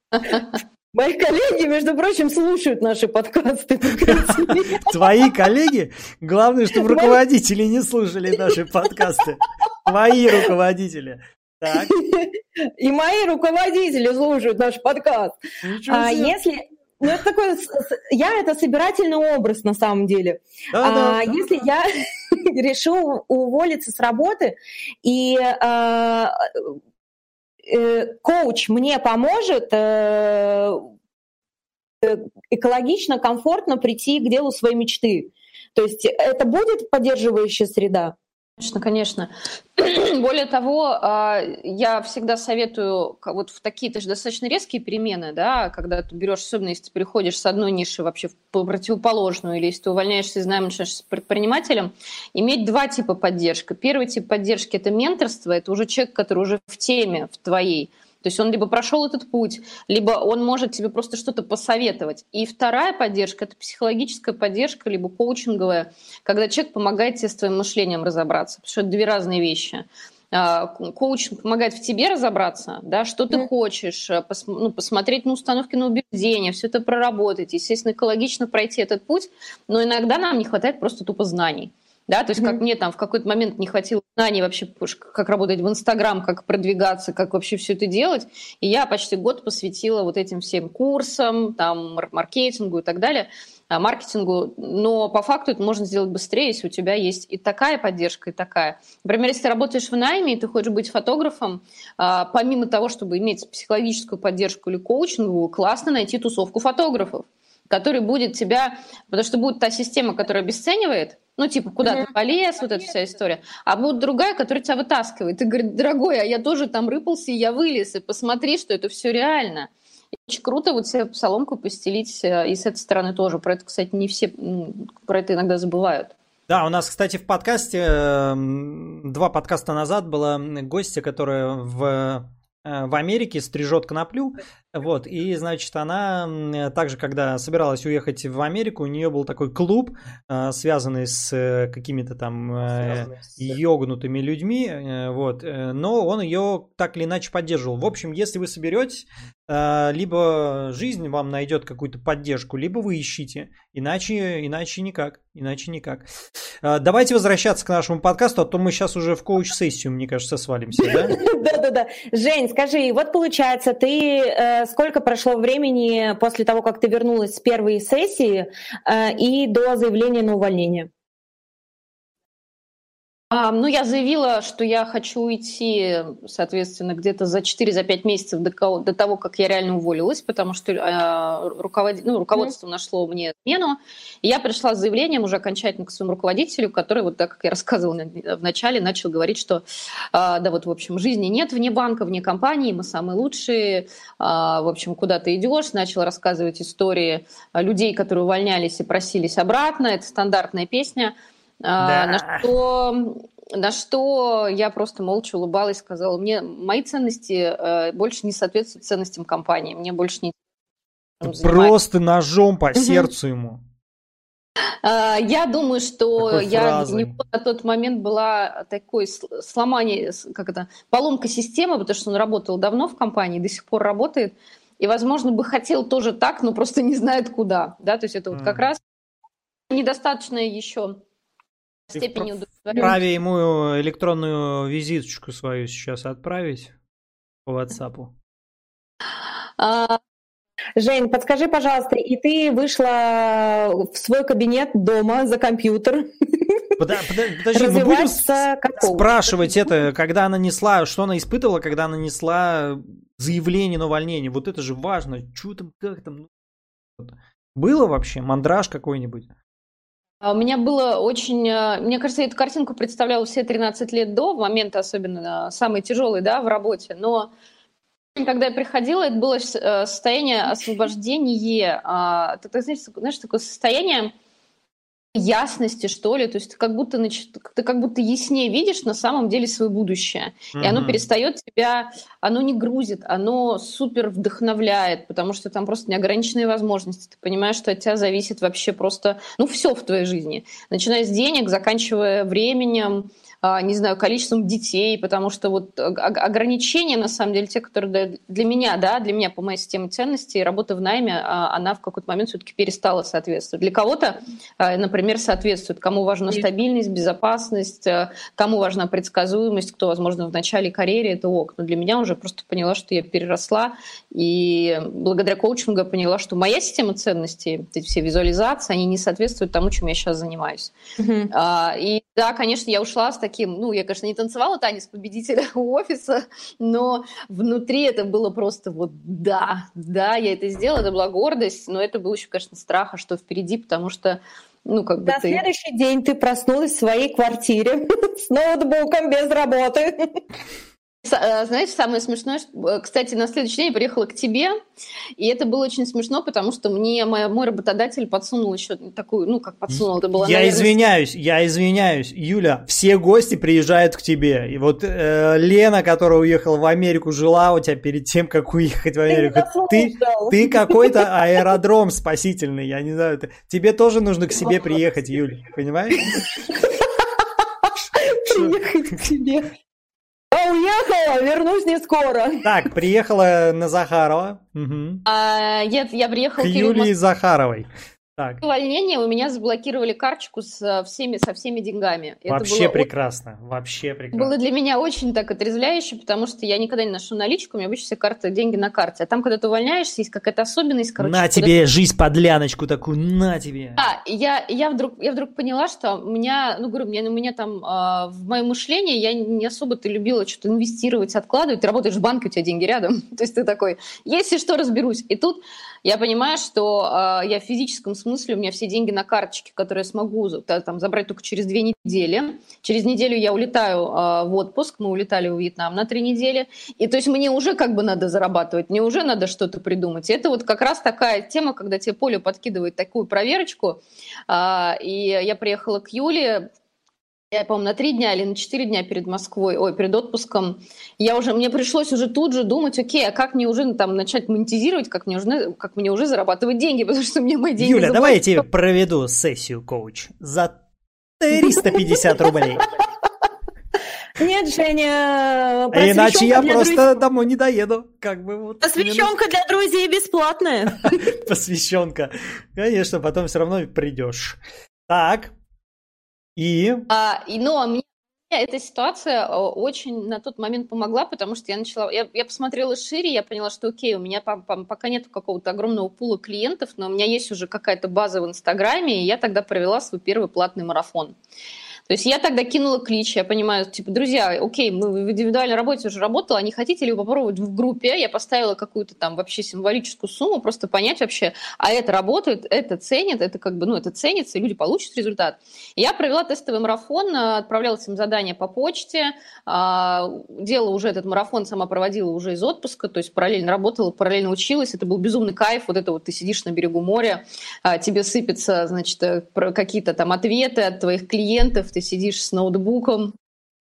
Мои коллеги, между прочим, слушают наши подкасты. Твои коллеги? Главное, чтобы руководители не слушали наши подкасты. Твои руководители. Так. И мои руководители слушают наш подкаст. А если... Ну, это такой, я это собирательный образ на самом деле. Да, а, да, если да. я решу уволиться с работы, и а, э, коуч мне поможет э, экологично, комфортно прийти к делу своей мечты, то есть это будет поддерживающая среда? Конечно, конечно. Более того, я всегда советую вот в такие тоже достаточно резкие перемены, да, когда ты берешь, особенно если ты переходишь с одной ниши вообще в противоположную, или если ты увольняешься из найма, начинаешь с предпринимателем, иметь два типа поддержки. Первый тип поддержки – это менторство, это уже человек, который уже в теме, в твоей. То есть он либо прошел этот путь, либо он может тебе просто что-то посоветовать. И вторая поддержка – это психологическая поддержка, либо коучинговая, когда человек помогает тебе с твоим мышлением разобраться, потому что это две разные вещи. Коучинг помогает в тебе разобраться, да, что ты хочешь, пос, ну, посмотреть на установки, на убеждения, все это проработать, естественно, экологично пройти этот путь, но иногда нам не хватает просто тупо знаний. Да, то есть, как мне там в какой-то момент не хватило знаний вообще, как работать в Инстаграм, как продвигаться, как вообще все это делать. И я почти год посвятила вот этим всем курсам, там, маркетингу и так далее, маркетингу. Но по факту это можно сделать быстрее, если у тебя есть и такая поддержка, и такая. Например, если ты работаешь в найме, и ты хочешь быть фотографом, помимо того, чтобы иметь психологическую поддержку или коучинг, классно найти тусовку фотографов, который будет тебя... Потому что будет та система, которая обесценивает, ну, типа, куда mm-hmm. ты полез, вот эта вся история. А будет другая, которая тебя вытаскивает. Ты говоришь, дорогой, а я тоже там рыпался, и я вылез, и посмотри, что это все реально. И очень круто вот себе соломку постелить, и с этой стороны тоже. Про это, кстати, не все, про это иногда забывают. Да, у нас, кстати, в подкасте, два подкаста назад была гостья, которая в... в Америке стрижет коноплю, вот, и, значит, она также, когда собиралась уехать в Америку, у нее был такой клуб, связанный с какими-то там йогнутыми людьми, вот, но он ее так или иначе поддерживал. В общем, если вы соберетесь, либо жизнь вам найдет какую-то поддержку, либо вы ищите, иначе, иначе никак, иначе никак. Давайте возвращаться к нашему подкасту, а то мы сейчас уже в коуч-сессию, мне кажется, свалимся, да? Да-да-да. Жень, скажи, вот получается, ты э, сколько прошло времени после того, как ты вернулась с первой сессии э, и до заявления на увольнение? А, ну, я заявила, что я хочу уйти, соответственно, где-то за четыре-пять месяцев до, до того, как я реально уволилась, потому что э, руковод... ну, руководство mm-hmm. нашло мне смену. И я пришла с заявлением уже окончательно к своему руководителю, который, вот так как я рассказывала в начале, начал говорить, что, э, да, вот, в общем, жизни нет вне банка, вне компании, мы самые лучшие, э, в общем, куда ты идешь, начал рассказывать истории людей, которые увольнялись и просились обратно, это стандартная песня. Да. На что, на что я просто молча улыбалась, сказала, мне мои ценности э, больше не соответствуют ценностям компании, мне больше не просто ножом по сердцу ему. Uh, я думаю, что такой я фразой. У него на тот момент была такой сломание, как это, поломка системы, потому что он работал давно в компании, до сих пор работает, и, возможно, бы хотел тоже так, но просто не знает куда, да, то есть это вот mm. как раз недостаточно еще степени удовлетворенности. Вправе ему электронную визиточку свою сейчас отправить по WhatsApp. Uh... Жень, подскажи, пожалуйста, и ты вышла в свой кабинет дома за компьютер? Подожди, подожди мы будем спрашивать это, когда она несла, что она испытывала, когда она несла заявление на увольнение? Вот это же важно. Что там, как там? Было вообще мандраж какой-нибудь? У меня было очень... Мне кажется, я эту картинку представляла все тринадцать лет до, в момент особенно самый тяжелый, да, в работе, но... Когда я приходила, это было состояние освобождения, ты знаешь, знаешь, такое состояние ясности, что ли, то есть ты как будто, ты как будто яснее видишь на самом деле свое будущее, mm-hmm. и оно перестает тебя, оно не грузит, оно супер вдохновляет, потому что там просто неограниченные возможности, ты понимаешь, что от тебя зависит вообще просто, ну, все в твоей жизни, начиная с денег, заканчивая временем, не знаю, количеством детей, потому что вот ограничения, на самом деле, те, которые для меня, да, для меня по моей системе ценностей, работа в найме, она в какой-то момент все-таки перестала соответствовать. Для кого-то, например, соответствует, кому важна стабильность, безопасность, кому важна предсказуемость, кто, возможно, в начале карьеры, это ок. Но для меня уже просто поняла, что я переросла, и благодаря коучингу я поняла, что моя система ценностей, эти все визуализации, они не соответствуют тому, чем я сейчас занимаюсь. Mm-hmm. И да, конечно, я ушла с таким, ну, я, конечно, не танцевала танец победителя у офиса, но внутри это было просто вот да, да, я это сделала, это была гордость, но это было еще, конечно, страх, а что впереди, потому что, ну, как бы На ты... следующий день ты проснулась в своей квартире с ноутбуком без работы. Знаешь, самое смешное, что, кстати, на следующий день я приехала к тебе, и это было очень смешно, потому что мне мой, мой работодатель подсунул еще такую, ну, как подсунул, это было... Я наверное... извиняюсь, я извиняюсь, Юля, все гости приезжают к тебе, и вот э, Лена, которая уехала в Америку, жила у тебя перед тем, как уехать в Америку, ты, ты какой-то аэродром спасительный, я не знаю, ты, тебе тоже нужно к себе приехать, Юля, понимаешь? Приехать к тебе. А уехала, вернусь не скоро. Так, приехала на Захарова. Угу. А, нет, я приехала к Юлии Захаровой. Так. Увольнение, у меня заблокировали карточку со всеми, со всеми деньгами. Вообще это было прекрасно, очень... вообще прекрасно. Было для меня очень так отрезвляюще, потому что я никогда не ношу наличку, у меня обычно все карты, деньги на карте. А там, когда ты увольняешься, есть какая-то особенность. Короче, на тебе ты... жизнь подляночку такую, на тебе. Да, я, я, вдруг, я вдруг поняла, что у меня, ну, говорю, у меня, у меня там э, в моем мышлении я не особо-то любила что-то инвестировать, откладывать. Ты работаешь в банке, у тебя деньги рядом. То есть ты такой, если что, разберусь. И тут я понимаю, что э, я в физическом смысле, у меня все деньги на карточке, которые я смогу там, забрать только через две недели. Через неделю я улетаю э, в отпуск, мы улетали в Вьетнам на три недели. И то есть мне уже как бы надо зарабатывать, мне уже надо что-то придумать. И это вот как раз такая тема, когда тебе Поля подкидывает такую проверочку. Э, и я приехала к Юле, я, по-моему, на три дня или на четыре дня перед Москвой, ой, перед отпуском, я уже, мне пришлось уже тут же думать, окей, а как мне уже там начать монетизировать, как мне уже, как мне уже зарабатывать деньги, потому что мне мои деньги... Юля, давай я тебе проведу сессию, коуч, за триста пятьдесят рублей. Нет, Женя, иначе я просто друзей... домой не доеду. Как бы вот. Посвященка именно... для друзей бесплатная. Посвященка. Конечно, потом все равно придешь. Так. И? А, и ну, а мне эта ситуация очень на тот момент помогла, потому что я начала, я, я посмотрела шире, я поняла, что окей, у меня по, по, пока нет какого-то огромного пула клиентов, но у меня есть уже какая-то база в Инстаграме, и я тогда провела свой первый платный марафон. То есть я тогда кинула клич, я понимаю, типа, друзья, окей, мы в индивидуальной работе уже работала, а не хотите ли вы попробовать в группе? Я поставила какую-то там вообще символическую сумму, просто понять вообще, а это работает, это ценит, это как бы, ну, это ценится, и люди получат результат. И я провела тестовый марафон, отправляла им задания по почте, делала уже этот марафон, сама проводила уже из отпуска, то есть параллельно работала, параллельно училась, это был безумный кайф, вот это вот ты сидишь на берегу моря, тебе сыпятся, значит, какие-то там ответы от твоих клиентов, ты сидишь с ноутбуком.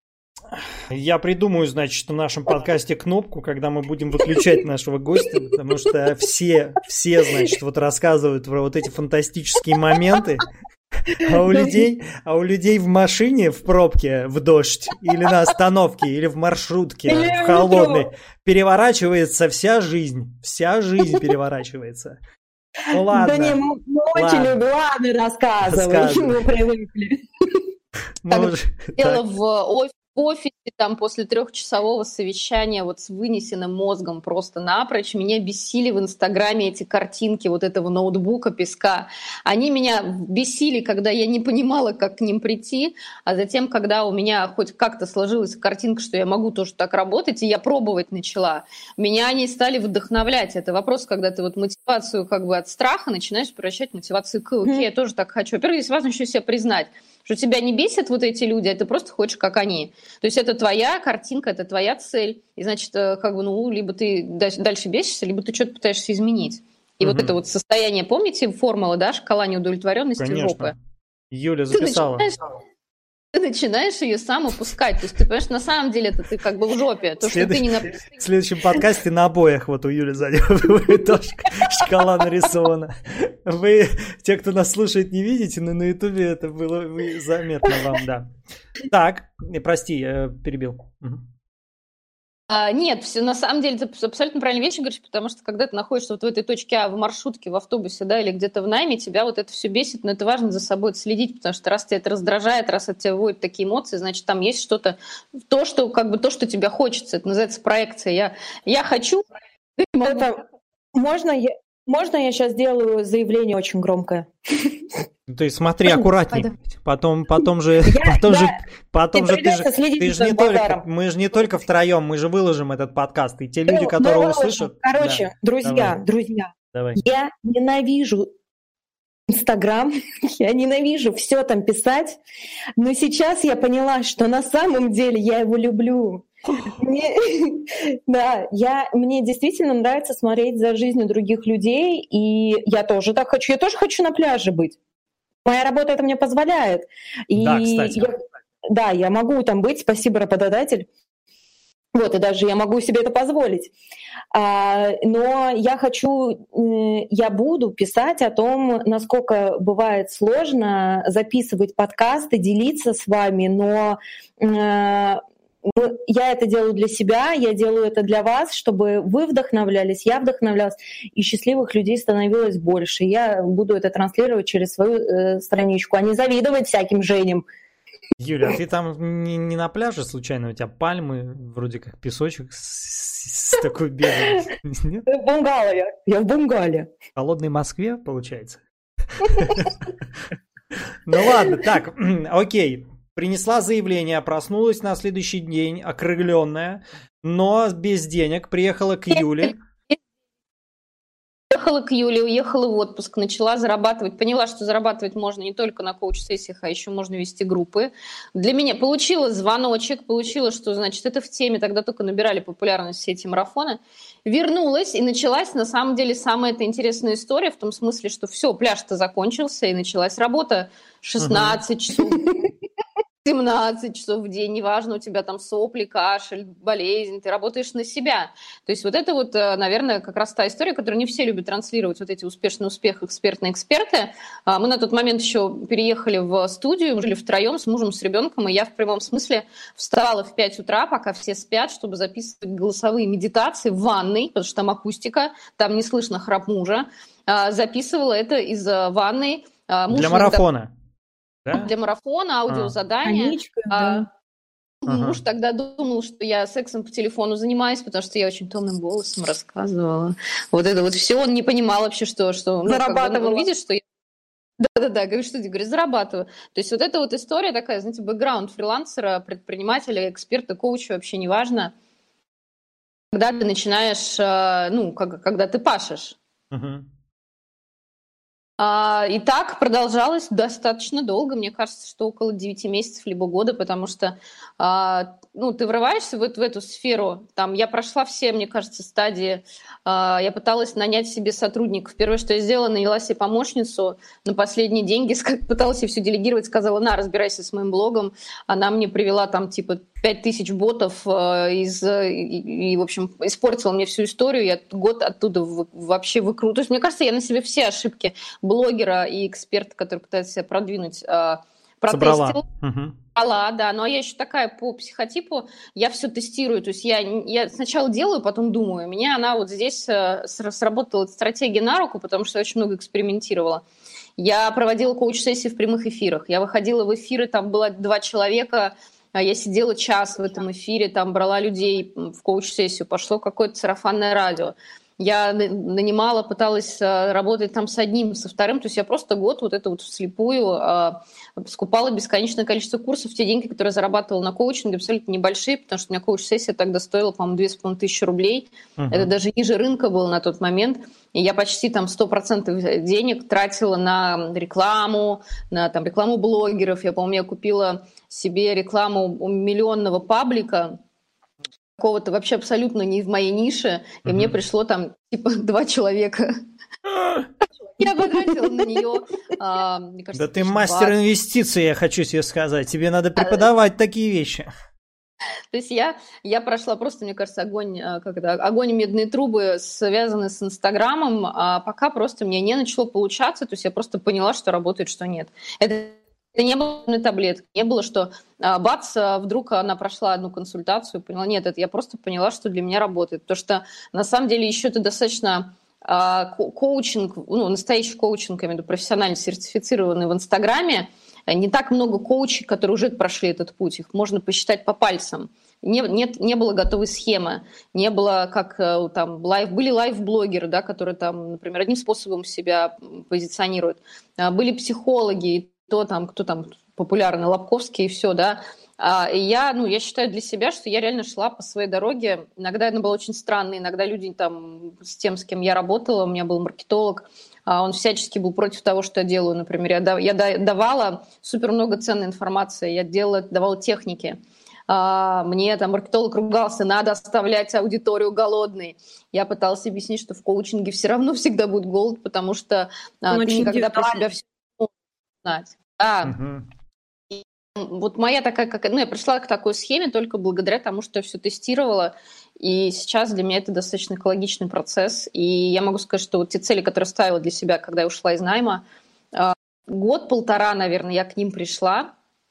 Я придумаю, значит, в нашем подкасте кнопку, когда мы будем выключать нашего гостя, потому что все, все, значит, вот рассказывают про вот эти фантастические моменты, а у людей, а у людей в машине, в пробке, в дождь, или на остановке, или в маршрутке, в холодной, переворачивается вся жизнь, вся жизнь переворачивается. Ну ладно. Да не, мы, мы очень любим, ладно, рассказывай, мы привыкли. Когда дело в офисе, там после трехчасового совещания вот с вынесенным мозгом просто напрочь, меня бесили в Инстаграме эти картинки вот этого ноутбука, песка. Они меня бесили, когда я не понимала, как к ним прийти, а затем, когда у меня хоть как-то сложилась картинка, что я могу тоже так работать, и я пробовать начала, меня они стали вдохновлять. Это вопрос, когда ты вот мотивацию как бы от страха начинаешь превращать в мотивацию к окей, я тоже так хочу. Во-первых, здесь важно еще себя признать, что тебя не бесят вот эти люди, а ты просто хочешь, как они. То есть это твоя картинка, это твоя цель. И значит, как бы, ну, либо ты дальше бесишься, либо ты что-то пытаешься изменить. И угу. вот это вот состояние, помните, формула, да, шкала неудовлетворенности жопы? Юля записала. Ты начинаешь, ты начинаешь ее сам опускать. То есть ты понимаешь, на самом деле это ты как бы в жопе. То, Следующ... что ты не... В следующем подкасте на обоях вот у Юли сзади тоже шкала нарисована. Вы, те, кто нас слушает, не видите, но на Ютубе это было заметно вам, да. Так, прости, я перебил. Угу. А, нет, все, на самом деле ты абсолютно правильные вещи говоришь, потому что когда ты находишься вот в этой точке А, в маршрутке, в автобусе, да, или где-то в найме, тебя вот это все бесит, но это важно за собой следить, потому что раз тебя это раздражает, раз от тебя выводят такие эмоции, значит, там есть что-то, то, что как бы то, что тебе хочется, это называется проекция. Я, я хочу... Это... Можно, я... Можно я сейчас сделаю заявление очень громкое? Ты смотри аккуратней, потом, потом же, я, потом да, же, потом же ты же, ты же не только, мы же не только втроем, мы же выложим этот подкаст, и те люди, ну, которые услышат. Короче, да, друзья, давай. друзья, давай. Я ненавижу Инстаграм, я ненавижу все там писать, но сейчас я поняла, что на самом деле я его люблю. Мне, да, я, мне действительно нравится смотреть за жизнью других людей, и я тоже так хочу. Я тоже хочу на пляже быть. Моя работа это мне позволяет. И да, кстати. Я, да, я могу там быть, спасибо, работодатель. Вот, и даже я могу себе это позволить. А, но я хочу, я буду писать о том, насколько бывает сложно записывать подкасты, делиться с вами, но я это делаю для себя, я делаю это для вас, чтобы вы вдохновлялись, я вдохновлялась, и счастливых людей становилось больше. Я буду это транслировать через свою э, страничку, а не завидовать всяким Женям. Юля, а ты там не, не на пляже случайно? У тебя пальмы, вроде как песочек с, с такой белой. Нет? В бунгало я. Я в bunгале. В холодной Москве, получается? Ну ладно, так, окей. Принесла заявление, проснулась на следующий день, окрыленная, но без денег, приехала к Юле. Уехала к Юле, уехала в отпуск, начала зарабатывать. Поняла, что зарабатывать можно не только на коуч-сессиях, а еще можно вести группы. Для меня получила звоночек, получила, что, значит, это в теме, тогда только набирали популярность все эти марафоны. Вернулась, и началась, на самом деле, самая эта интересная история, в том смысле, что все, пляж-то закончился, и началась работа шестнадцать часов. семнадцать часов в день, неважно, у тебя там сопли, кашель, болезнь, ты работаешь на себя. То есть вот это вот, наверное, как раз та история, которую не все любят транслировать, вот эти успешные успехи, экспертные эксперты. Мы на тот момент еще переехали в студию, мы жили втроем с мужем, с ребенком, и я в прямом смысле вставала в пять утра, пока все спят, чтобы записывать голосовые медитации в ванной, потому что там акустика, там не слышно храп мужа. Записывала это из ванной. Муж Для марафона. Да? Для марафона, аудиозадания. Аничка, да. А, муж ага. тогда думал, что я сексом по телефону занимаюсь, потому что я очень томным голосом рассказывала. Вот это вот все. Он не понимал вообще, что... что ну, зарабатывал. Он видит, что я... Да-да-да, говорит, что ты говоришь, зарабатываю. То есть вот эта вот история такая, знаете, бэкграунд фрилансера, предпринимателя, эксперта, коуча, вообще неважно. Когда ты начинаешь, ну, как, когда ты пашешь. Угу. И так продолжалось достаточно долго, мне кажется, что около девяти месяцев либо года, потому что ну, ты врываешься в, в эту сферу. Там, я прошла все, мне кажется, стадии. Я пыталась нанять себе сотрудников. Первое, что я сделала, наняла себе помощницу на последние деньги, пыталась ей все делегировать, сказала, на, разбирайся с моим блогом. Она мне привела там типа пять тысяч ботов из, и, и, в общем, испортила мне всю историю. Я год оттуда вообще выкрутилась. То есть, мне кажется, я на себе все ошибки блогера и эксперта, который пытается себя продвинуть, протестила. Угу. Да, но я еще такая по психотипу, я все тестирую, то есть я, я сначала делаю, потом думаю. У меня она вот здесь сработала стратегия на руку, потому что я очень много экспериментировала. Я проводила коуч-сессии в прямых эфирах, я выходила в эфиры, там было два человека, я сидела час в этом эфире, там брала людей в коуч-сессию, пошло какое-то сарафанное радио. Я нанимала, пыталась работать там с одним, со вторым. То есть я просто год вот это вот вслепую а, скупала бесконечное количество курсов. Те деньги, которые я зарабатывала на коучинге, абсолютно небольшие, потому что у меня коуч-сессия тогда стоила, по-моему, две с половиной тысячи рублей. Uh-huh. Это даже ниже рынка было на тот момент. И я почти там сто процентов денег тратила на рекламу, на там, рекламу блогеров. Я помню, я купила себе рекламу у миллионного паблика, какого-то вообще абсолютно не в моей нише, и uh-huh. мне пришло там типа два человека. Я потратила на нее. А, мне кажется, да ты мастер инвестиций, я хочу тебе сказать. Тебе надо преподавать а, такие вещи. То есть я, я прошла просто, мне кажется, огонь, как это, огонь и медные трубы, связанные с Инстаграмом, а пока просто мне не начало получаться, то есть я просто поняла, что работает, что нет. Это Это не было на таблетке, не было, что а, бац, вдруг она прошла одну консультацию, поняла, нет, это я просто поняла, что для меня работает. Потому что на самом деле еще это достаточно а, ко- коучинг, ну, настоящий коучинг, я имею в виду профессионально сертифицированный в Инстаграме, не так много коучей, которые уже прошли этот путь, их можно посчитать по пальцам. Не, нет, не было готовой схемы, не было как там лайв, были лайв-блогеры, да, которые там, например, одним способом себя позиционируют, были психологи, кто там, кто там популярный, Лобковский и все, да. А, и я, ну, я считаю для себя, что я реально шла по своей дороге. Иногда она была очень странной, иногда люди там с тем, с кем я работала, у меня был маркетолог, а он всячески был против того, что я делаю. Например, я, да, я давала супер много ценной информации, я делала, давала техники. А, мне там маркетолог ругался, надо оставлять аудиторию голодной. Я пыталась объяснить, что в коучинге все равно всегда будет голод, потому что а, ты никогда про себя все знать. Да. Uh-huh. И вот моя такая, как, ну, я пришла к такой схеме только благодаря тому, что я все тестировала, и сейчас для меня это достаточно экологичный процесс, и я могу сказать, что вот те цели, которые ставила для себя, когда я ушла из найма, год-полтора, наверное, я к ним пришла,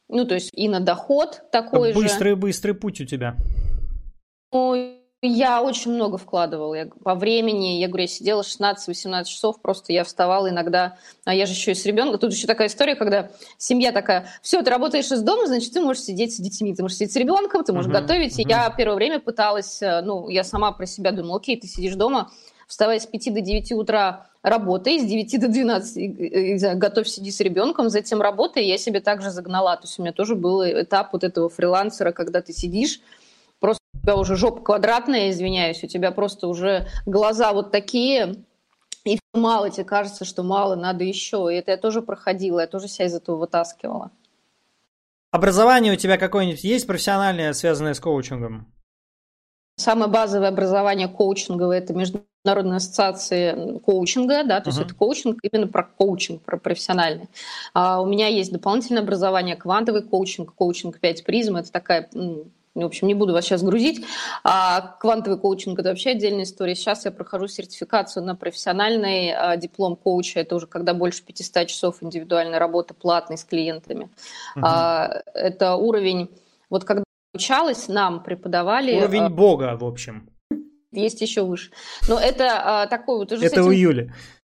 Ну, то есть и на доход такой быстрый, же. Быстрый-быстрый путь у тебя. Ну, я очень много вкладывала. Я, по времени, я говорю, я сидела шестнадцать-восемнадцать часов, просто я вставала иногда, а я же еще и с ребенком. Тут еще такая история, когда семья такая, все, ты работаешь из дома, значит, ты можешь сидеть с детьми, ты можешь сидеть с ребенком, ты можешь uh-huh, готовить. Uh-huh. И я первое время пыталась, ну, я сама про себя думала, окей, ты сидишь дома, вставай с пяти до девяти утра, работай, с девяти до двенадцати готовь, сиди с ребенком, затем работай. Я себе также загнала. То есть у меня тоже был этап вот этого фрилансера, когда ты сидишь, просто у тебя уже жопа квадратная, извиняюсь, у тебя просто уже глаза вот такие, и мало, тебе кажется, что мало, надо еще. И это я тоже проходила, я тоже себя из этого вытаскивала. Образование у тебя какое-нибудь есть профессиональное, связанное с коучингом? Самое базовое образование коучинговое – это Международная ассоциация коучинга, да, то uh-huh. есть это коучинг именно про коучинг, про профессиональный. А у меня есть дополнительное образование, квантовый коучинг, коучинг пять призм, это такая, в общем, не буду вас сейчас грузить. А квантовый коучинг – это вообще отдельная история. Сейчас я прохожу сертификацию на профессиональный а, диплом коуча, это уже когда больше пятьсот часов индивидуальной работы платной с клиентами. Uh-huh. А, это уровень, вот когда обучалась, нам преподавали... Уровень Бога, в общем. Есть еще выше. Но это а, такой вот... Уже это этим... у Юли.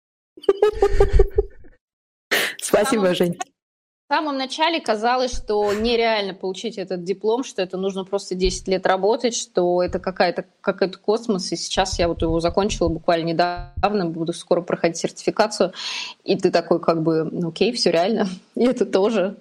Спасибо, Жень. В самом начале казалось, что нереально получить этот диплом, что это нужно просто десять лет работать, что это какая-то, какой-то космос. И сейчас я вот его закончила буквально недавно, буду скоро проходить сертификацию. И ты такой как бы, ну окей, все реально. И это тоже...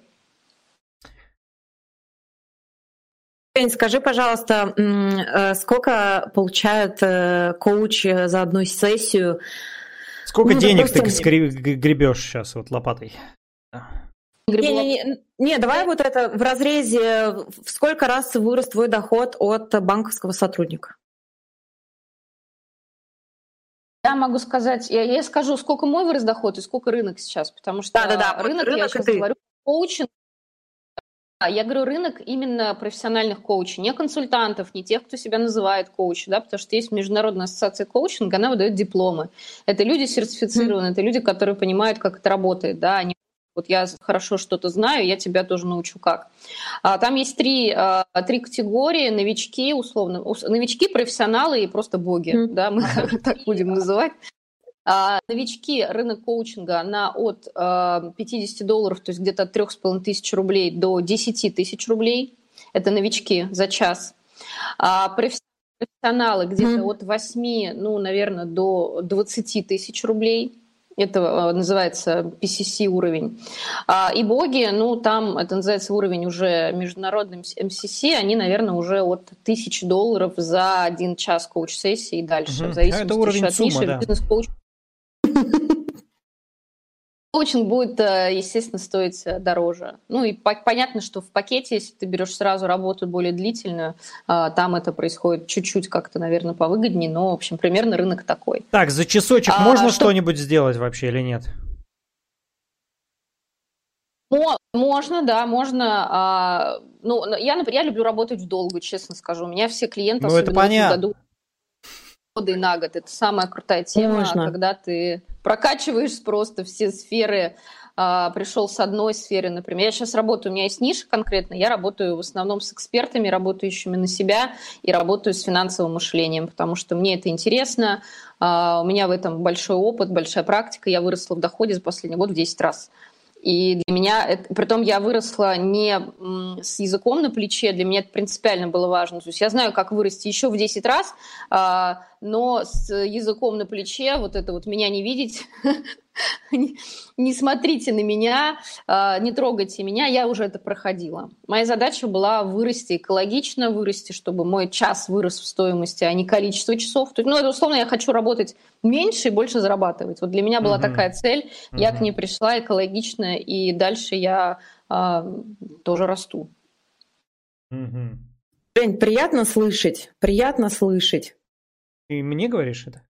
Скажи, пожалуйста, сколько получает коуч за одну сессию? Сколько ну, денег допустим... ты гребешь сейчас вот лопатой? Не-не-не, не, давай вот это в разрезе, в сколько раз вырос твой доход от банковского сотрудника? Я могу сказать, я, я скажу, сколько мой вырос доход и сколько рынок сейчас, потому что Да-да-да, рынок, рынок я сейчас ты. говорю, коучинг. Я говорю, рынок именно профессиональных коучей, не консультантов, не тех, кто себя называет коучем, да, потому что есть Международная ассоциация коучинга, она выдает дипломы. Это люди сертифицированные, mm-hmm. это люди, которые понимают, как это работает, да, они вот я хорошо что-то знаю, я тебя тоже научу как. А, там есть три, а, три категории: новички, условно, новички, профессионалы и просто боги, mm-hmm. да, мы так будем называть. А, новички, рынок коучинга, она от а, пятьдесят долларов, то есть где-то от трех с половиной тысяч рублей до десять тысяч рублей. Это новички за час. А, профессионалы где-то mm-hmm. от восьми, ну, наверное, до двадцати тысяч рублей. Это а, называется пи си си уровень. А, и боги, ну, там это называется уровень уже международный эм си си, они, наверное, уже от тысячи долларов за один час коуч-сессии и дальше. Mm-hmm. В зависимости это уровень от сумма, ниши, да. бизнес-коуч. Коучинг будет, естественно, стоить дороже. Ну и понятно, что в пакете, если ты берешь сразу работу более длительную, там это происходит чуть-чуть как-то, наверное, повыгоднее, но, в общем, примерно рынок такой. Так, за часочек а, можно что... что-нибудь сделать вообще или нет? Можно, да, можно. Ну, я, например, я люблю работать в долгу, честно скажу. У меня все клиенты, ну, это понятно. году годы на год. Это самая крутая тема, Можно. Когда ты прокачиваешь просто все сферы. А, пришел с одной сферы, например. Я сейчас работаю, у меня есть ниша конкретно, я работаю в основном с экспертами, работающими на себя, и работаю с финансовым мышлением, потому что мне это интересно. А, у меня в этом большой опыт, большая практика. Я выросла в доходе за последний год в десять раз. И для меня, это, притом я выросла не с языком на плече, для меня это принципиально было важно. То есть я знаю, как вырасти еще в десять раз, а, но с языком на плече, вот это вот меня не видеть, не смотрите на меня, не трогайте меня, я уже это проходила. Моя задача была вырасти экологично, вырасти, чтобы мой час вырос в стоимости, а не количество часов. То есть, ну, это условно, я хочу работать меньше и больше зарабатывать. Вот для меня была uh-huh. такая цель, uh-huh. я к ней пришла экологично, и дальше я а, тоже расту. Uh-huh. Жень, приятно слышать, приятно слышать. Ты мне говоришь это?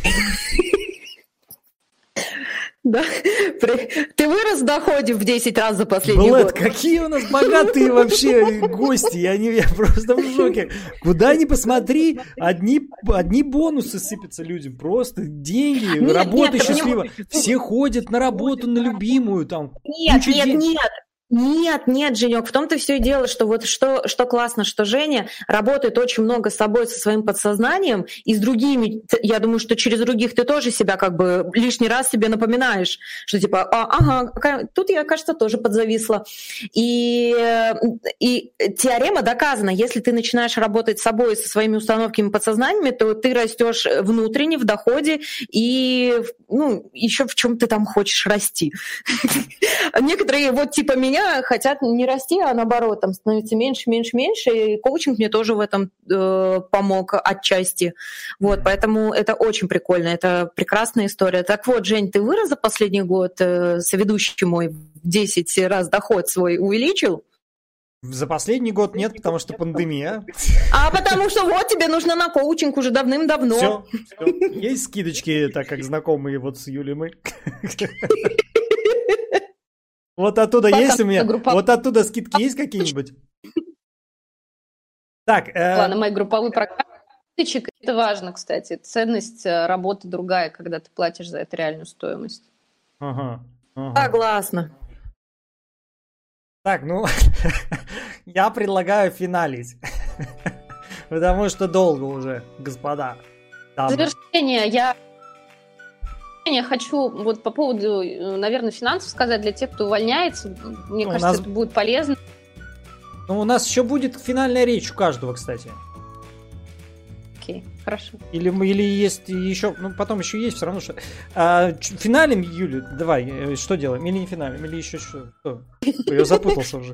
Да. Ты вырос в доходе в десять раз за последний Блэд, год. Какие у нас богатые вообще гости. Я, не, я просто в шоке. Куда ни посмотри, одни, одни бонусы сыпятся людям. Просто деньги, нет, работа нет, счастливо. Не... Все ходят на работу, на любимую. Там, нет, нет, денег. нет. Нет, нет, Женек, в том-то все и дело, что вот что, что классно, что Женя работает очень много с собой, со своим подсознанием, и с другими, я думаю, что через других ты тоже себя как бы лишний раз себе напоминаешь, что типа, а, ага, тут я, кажется, тоже подзависла. И, и теорема доказана, если ты начинаешь работать с собой, со своими установками подсознаниями, то ты растешь внутренне, в доходе, и ну, еще в чем ты там хочешь расти. Некоторые вот типа меня хотят не расти, а наоборот, там становится меньше, меньше, меньше, и коучинг мне тоже в этом э, помог отчасти. Вот, поэтому это очень прикольно, это прекрасная история. Так вот, Жень, ты вырос за последний год, э, соведущий мой в десять раз доход свой увеличил? За последний год нет, потому что пандемия. А потому что вот тебе нужно на коучинг уже давным-давно. Все, все. Есть скидочки, так как знакомые вот с Юлей мы. Вот оттуда Пока есть у меня, группа... вот оттуда скидки есть какие-нибудь? Так. Э... Ладно, мои групповые программы. Это важно, кстати. Ценность работы другая, когда ты платишь за это реальную стоимость. Ага. ага. Согласна. Так, ну, я предлагаю финалить. Потому что долго уже, господа. Там... Завершение. Я... Я хочу вот по поводу, наверное, финансов сказать для тех, кто увольняется. Мне ну, кажется, нас... это будет полезно. Ну, у нас еще будет финальная речь у каждого, кстати. Окей, хорошо. Или, или есть еще, ну, потом еще есть все равно, что... А, финалем, Юля, давай, что делаем? Или не финалем, или еще что? Я запутался уже.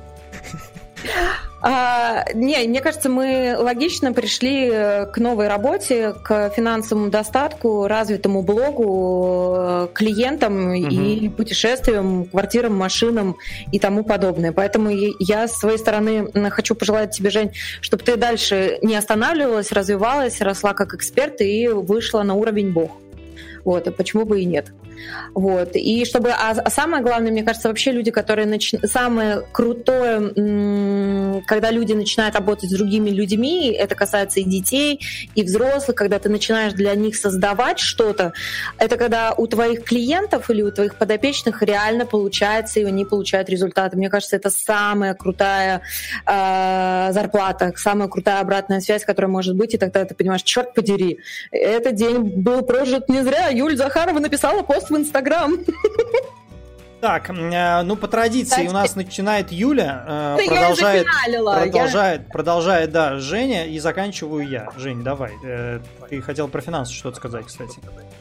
А, не, мне кажется, мы логично пришли к новой работе, к финансовому достатку, развитому блогу, клиентам угу. и путешествиям, квартирам, машинам и тому подобное. Поэтому я с своей стороны хочу пожелать тебе, Жень, чтобы ты дальше не останавливалась, развивалась, росла как эксперт и вышла на уровень Бог. Вот, а почему бы и нет. Вот. И чтобы, а, а самое главное, мне кажется, вообще люди, которые нач... самое крутое, м- когда люди начинают работать с другими людьми, это касается и детей, и взрослых, когда ты начинаешь для них создавать что-то, это когда у твоих клиентов или у твоих подопечных реально получается, и они получают результаты. Мне кажется, это самая крутая э, зарплата, самая крутая обратная связь, которая может быть, и тогда ты понимаешь, черт подери, этот день был прожит не зря. Юль Захарова написала пост в Инстаграм. Так, ну по традиции Кстати, у нас начинает Юля, э, продолжает, продолжает, я... продолжает, да, Женя, и заканчиваю я. Жень, давай. Э, ты хотел про финансы что-то сказать, кстати.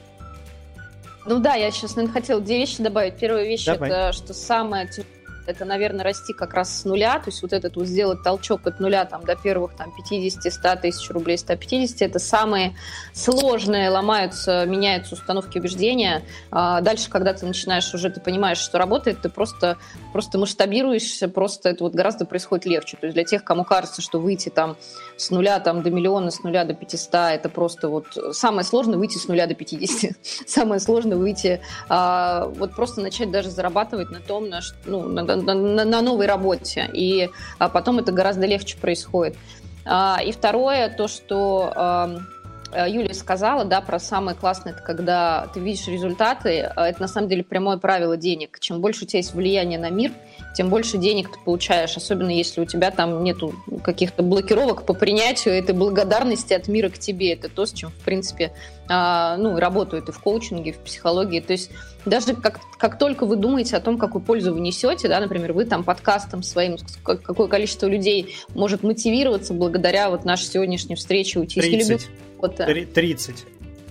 Ну да, я сейчас, наверное, хотела две вещи добавить. Первая вещь, давай. Это что самое тяжелое, это, наверное, расти как раз с нуля, то есть вот этот вот сделать толчок от нуля там, до первых там, пятьдесят-сто тысяч рублей, сто пятьдесят, это самые сложные, ломаются, меняются установки убеждения. А дальше, когда ты начинаешь уже, ты понимаешь, что работает, ты просто, просто масштабируешься, просто это вот гораздо происходит легче. То есть для тех, кому кажется, что выйти там с нуля там, до миллиона, с нуля до пятисот, это просто вот самое сложное выйти с нуля до пятидесяти. Самое сложное выйти, а, вот просто начать даже зарабатывать на том, на, ну, на На, на, на новой работе, и а, потом это гораздо легче происходит. А, и второе, то, что а, Юлия сказала, да, про самое классное, это когда ты видишь результаты, это на самом деле прямое правило денег. Чем больше у тебя есть влияние на мир, тем больше денег ты получаешь, особенно если у тебя там нету каких-то блокировок по принятию этой благодарности от мира к тебе. Это то, с чем, в принципе, а, ну, работают и в коучинге, и в психологии. То есть даже как, как только вы думаете о том, какую пользу вы несете, да, например, вы там подкастом своим, какое количество людей может мотивироваться благодаря вот нашей сегодняшней встрече уйти. тридцать. тридцать.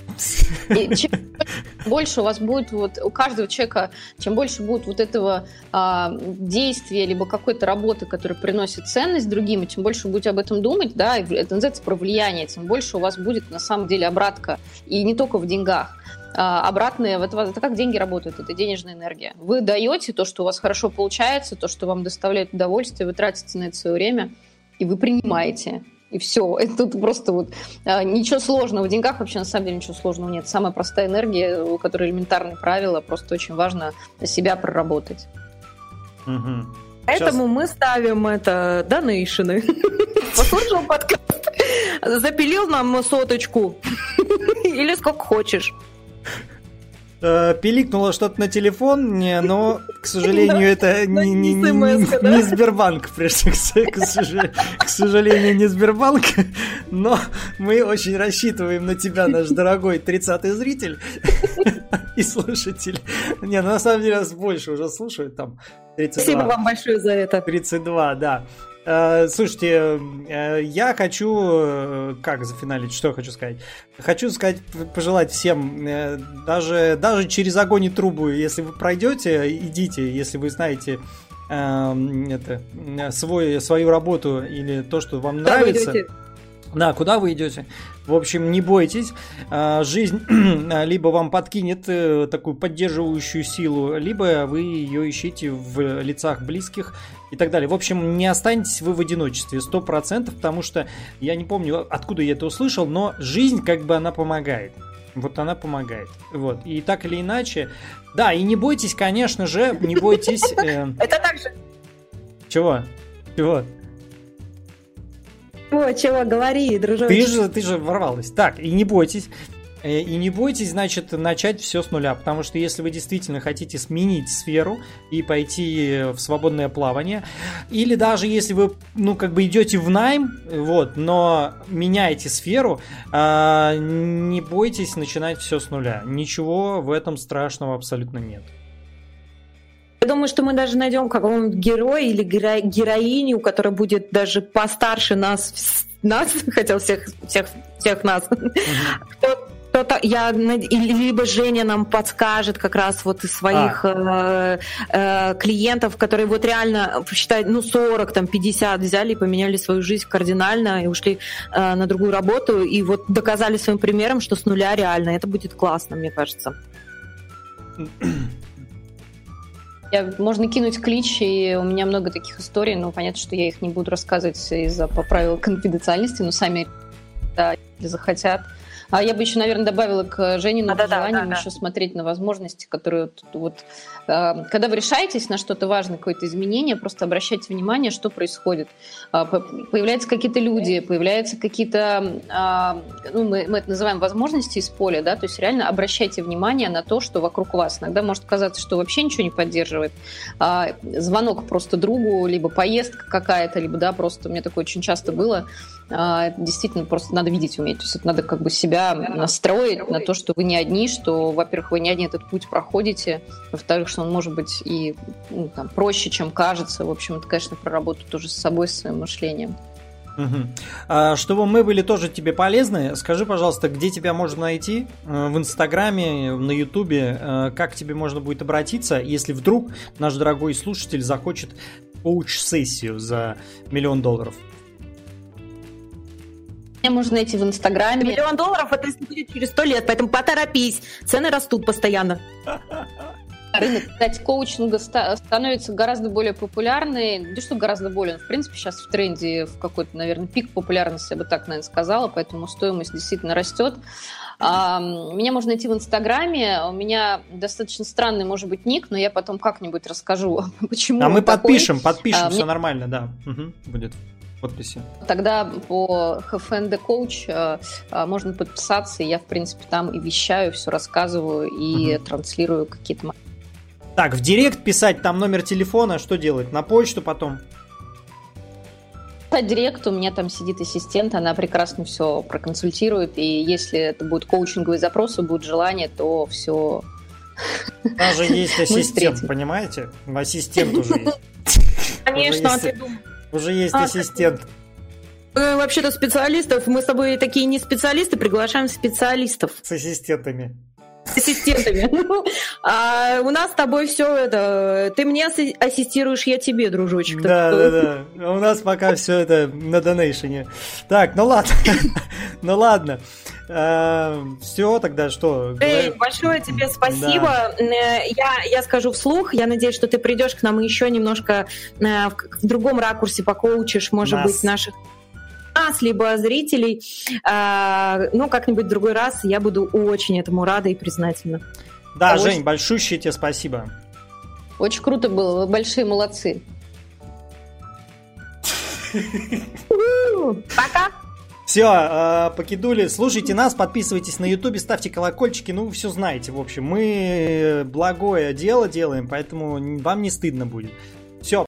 И чем больше у вас будет, вот, у каждого человека, чем больше будет вот этого а, действия, либо какой-то работы, которая приносит ценность другим, и тем больше вы будете об этом думать, да, это называется про влияние, тем больше у вас будет на самом деле обратка, и не только в деньгах. А, обратное, это, это как деньги работают, это денежная энергия. Вы даете то, что у вас хорошо получается, то, что вам доставляет удовольствие, вы тратите на это свое время, и вы принимаете. И все. Это тут просто вот а, ничего сложного. В деньгах вообще на самом деле ничего сложного нет. Самая простая энергия, у которой элементарные правила, просто очень важно себя проработать. Угу. Поэтому Сейчас... мы ставим это донейшены. Послушал подкаст, запилил нам соточку. Или сколько хочешь. пиликнуло что-то на телефон, но, к сожалению, это не Сбербанк, к сожалению, не Сбербанк, но мы очень рассчитываем на тебя, наш дорогой тридцатый зритель и слушатель. Не, ну на самом деле нас больше уже слушают, там тридцать два. Спасибо вам большое за это. тридцать два, да. Слушайте, я хочу, как зафиналить, что я хочу сказать? Хочу сказать, пожелать всем, даже, даже через огонь и трубу, если вы пройдете, идите, если вы знаете это, свой, свою работу или то, что вам Куда нравится. Вы идете? Да, куда вы идете? В общем, не бойтесь. Жизнь либо вам подкинет такую поддерживающую силу, либо вы ее ищите в лицах близких и так далее. В общем, не останетесь вы в одиночестве сто процентов, потому что я не помню, откуда я это услышал, но жизнь как бы она помогает. Вот она помогает. Вот. И так или иначе... Да, и не бойтесь, конечно же, не бойтесь... Это так же. Чего? Чего? О, чего, говори, дружочек. Ты же, ты же ворвалась. Так, и не бойтесь. И не бойтесь, значит, начать все с нуля. Потому что если вы действительно хотите сменить сферу и пойти в свободное плавание, или даже если вы, ну, как бы идете в найм, вот, но меняете сферу, не бойтесь начинать все с нуля. Ничего в этом страшного абсолютно нет. Я думаю, что мы даже найдем какого-нибудь героя или геро- героиню, которая будет даже постарше нас, нас хотел всех, всех, всех нас. Mm-hmm. Кто-то, я, либо Женя нам подскажет как раз вот из своих а. э, э, клиентов, которые вот реально, считай, ну сорок, там, пятьдесят взяли и поменяли свою жизнь кардинально и ушли э, на другую работу и вот доказали своим примером, что с нуля реально. Это будет классно, мне кажется. Я, можно кинуть клич, и у меня много таких историй, но понятно, что я их не буду рассказывать из-за по правилам конфиденциальности, но сами, да, если захотят. А я бы еще, наверное, добавила к Жениному а, желанию да, да, еще да. смотреть на возможности, которые вот, вот э, когда вы решаетесь на что-то важное, какое-то изменение, просто обращайте внимание, что происходит. Э, появляются какие-то люди, появляются какие-то, э, ну, мы, мы это называем возможности из поля, да, то есть реально обращайте внимание на то, что вокруг вас. Иногда может казаться, что вообще ничего не поддерживает. Э, звонок просто другу, либо поездка какая-то, либо, да, просто у меня такое очень часто было. Э, действительно, просто надо видеть уметь, то есть это надо как бы себя настроить на то, что вы не одни, что, во-первых, вы не одни этот путь проходите, во-вторых, что он может быть и ну, там, проще, чем кажется. В общем, это, конечно, про работу тоже с собой, с своим мышлением. Угу. А, чтобы мы были тоже тебе полезны, скажи, пожалуйста, где тебя можно найти? В Инстаграме, на Ютубе? Как к тебе можно будет обратиться, если вдруг наш дорогой слушатель захочет коуч-сессию за миллион долларов? Меня можно найти в Инстаграме. Миллион долларов это если будет через сто лет, поэтому поторопись. Цены растут постоянно. Рынок, кстати, коучинга становится гораздо более популярный. Да что гораздо более? В принципе, сейчас в тренде, в какой-то, наверное, пик популярности, я бы так, наверное, сказала, поэтому стоимость действительно растет. Меня можно найти в Инстаграме. У меня достаточно странный, может быть, ник, но я потом как-нибудь расскажу, почему. А мы подпишем, подпишем, все нормально, да, будет. Подписи. Тогда по эф эн ди Coach э, можно подписаться, и я, в принципе, там и вещаю, все рассказываю и угу. транслирую какие-то... Так, в директ писать, там номер телефона, что делать? На почту потом? По директу у меня там сидит ассистент, она прекрасно все проконсультирует, и если это будут коучинговые запросы, будет желание, то все... Даже есть ассистент, понимаете? Ассистент уже есть. Конечно, ты думаешь. Уже есть а, ассистент. Мы вообще-то специалистов, мы с тобой такие не специалисты, приглашаем специалистов. С ассистентами. С ассистентами. А у нас с тобой все это... Ты мне ассистируешь, я тебе, дружочек. Да, да, да. У нас пока все это на донейшене. Так, ну ладно. Ну ладно. Все, тогда что? Эй, большое тебе спасибо. Да. Я, я скажу вслух. Я надеюсь, что ты придешь к нам и еще немножко в, в другом ракурсе покоучишь, может Нас. быть, наших нас, либо зрителей. Ну, как-нибудь в другой раз я буду очень этому рада и признательна. Да, Жень, очень... большущее тебе спасибо. Очень круто было, вы большие молодцы. Пока. Все, э, покидули, слушайте нас, подписывайтесь на ютубе, ставьте колокольчики, ну, все знаете, в общем, мы благое дело делаем, поэтому вам не стыдно будет.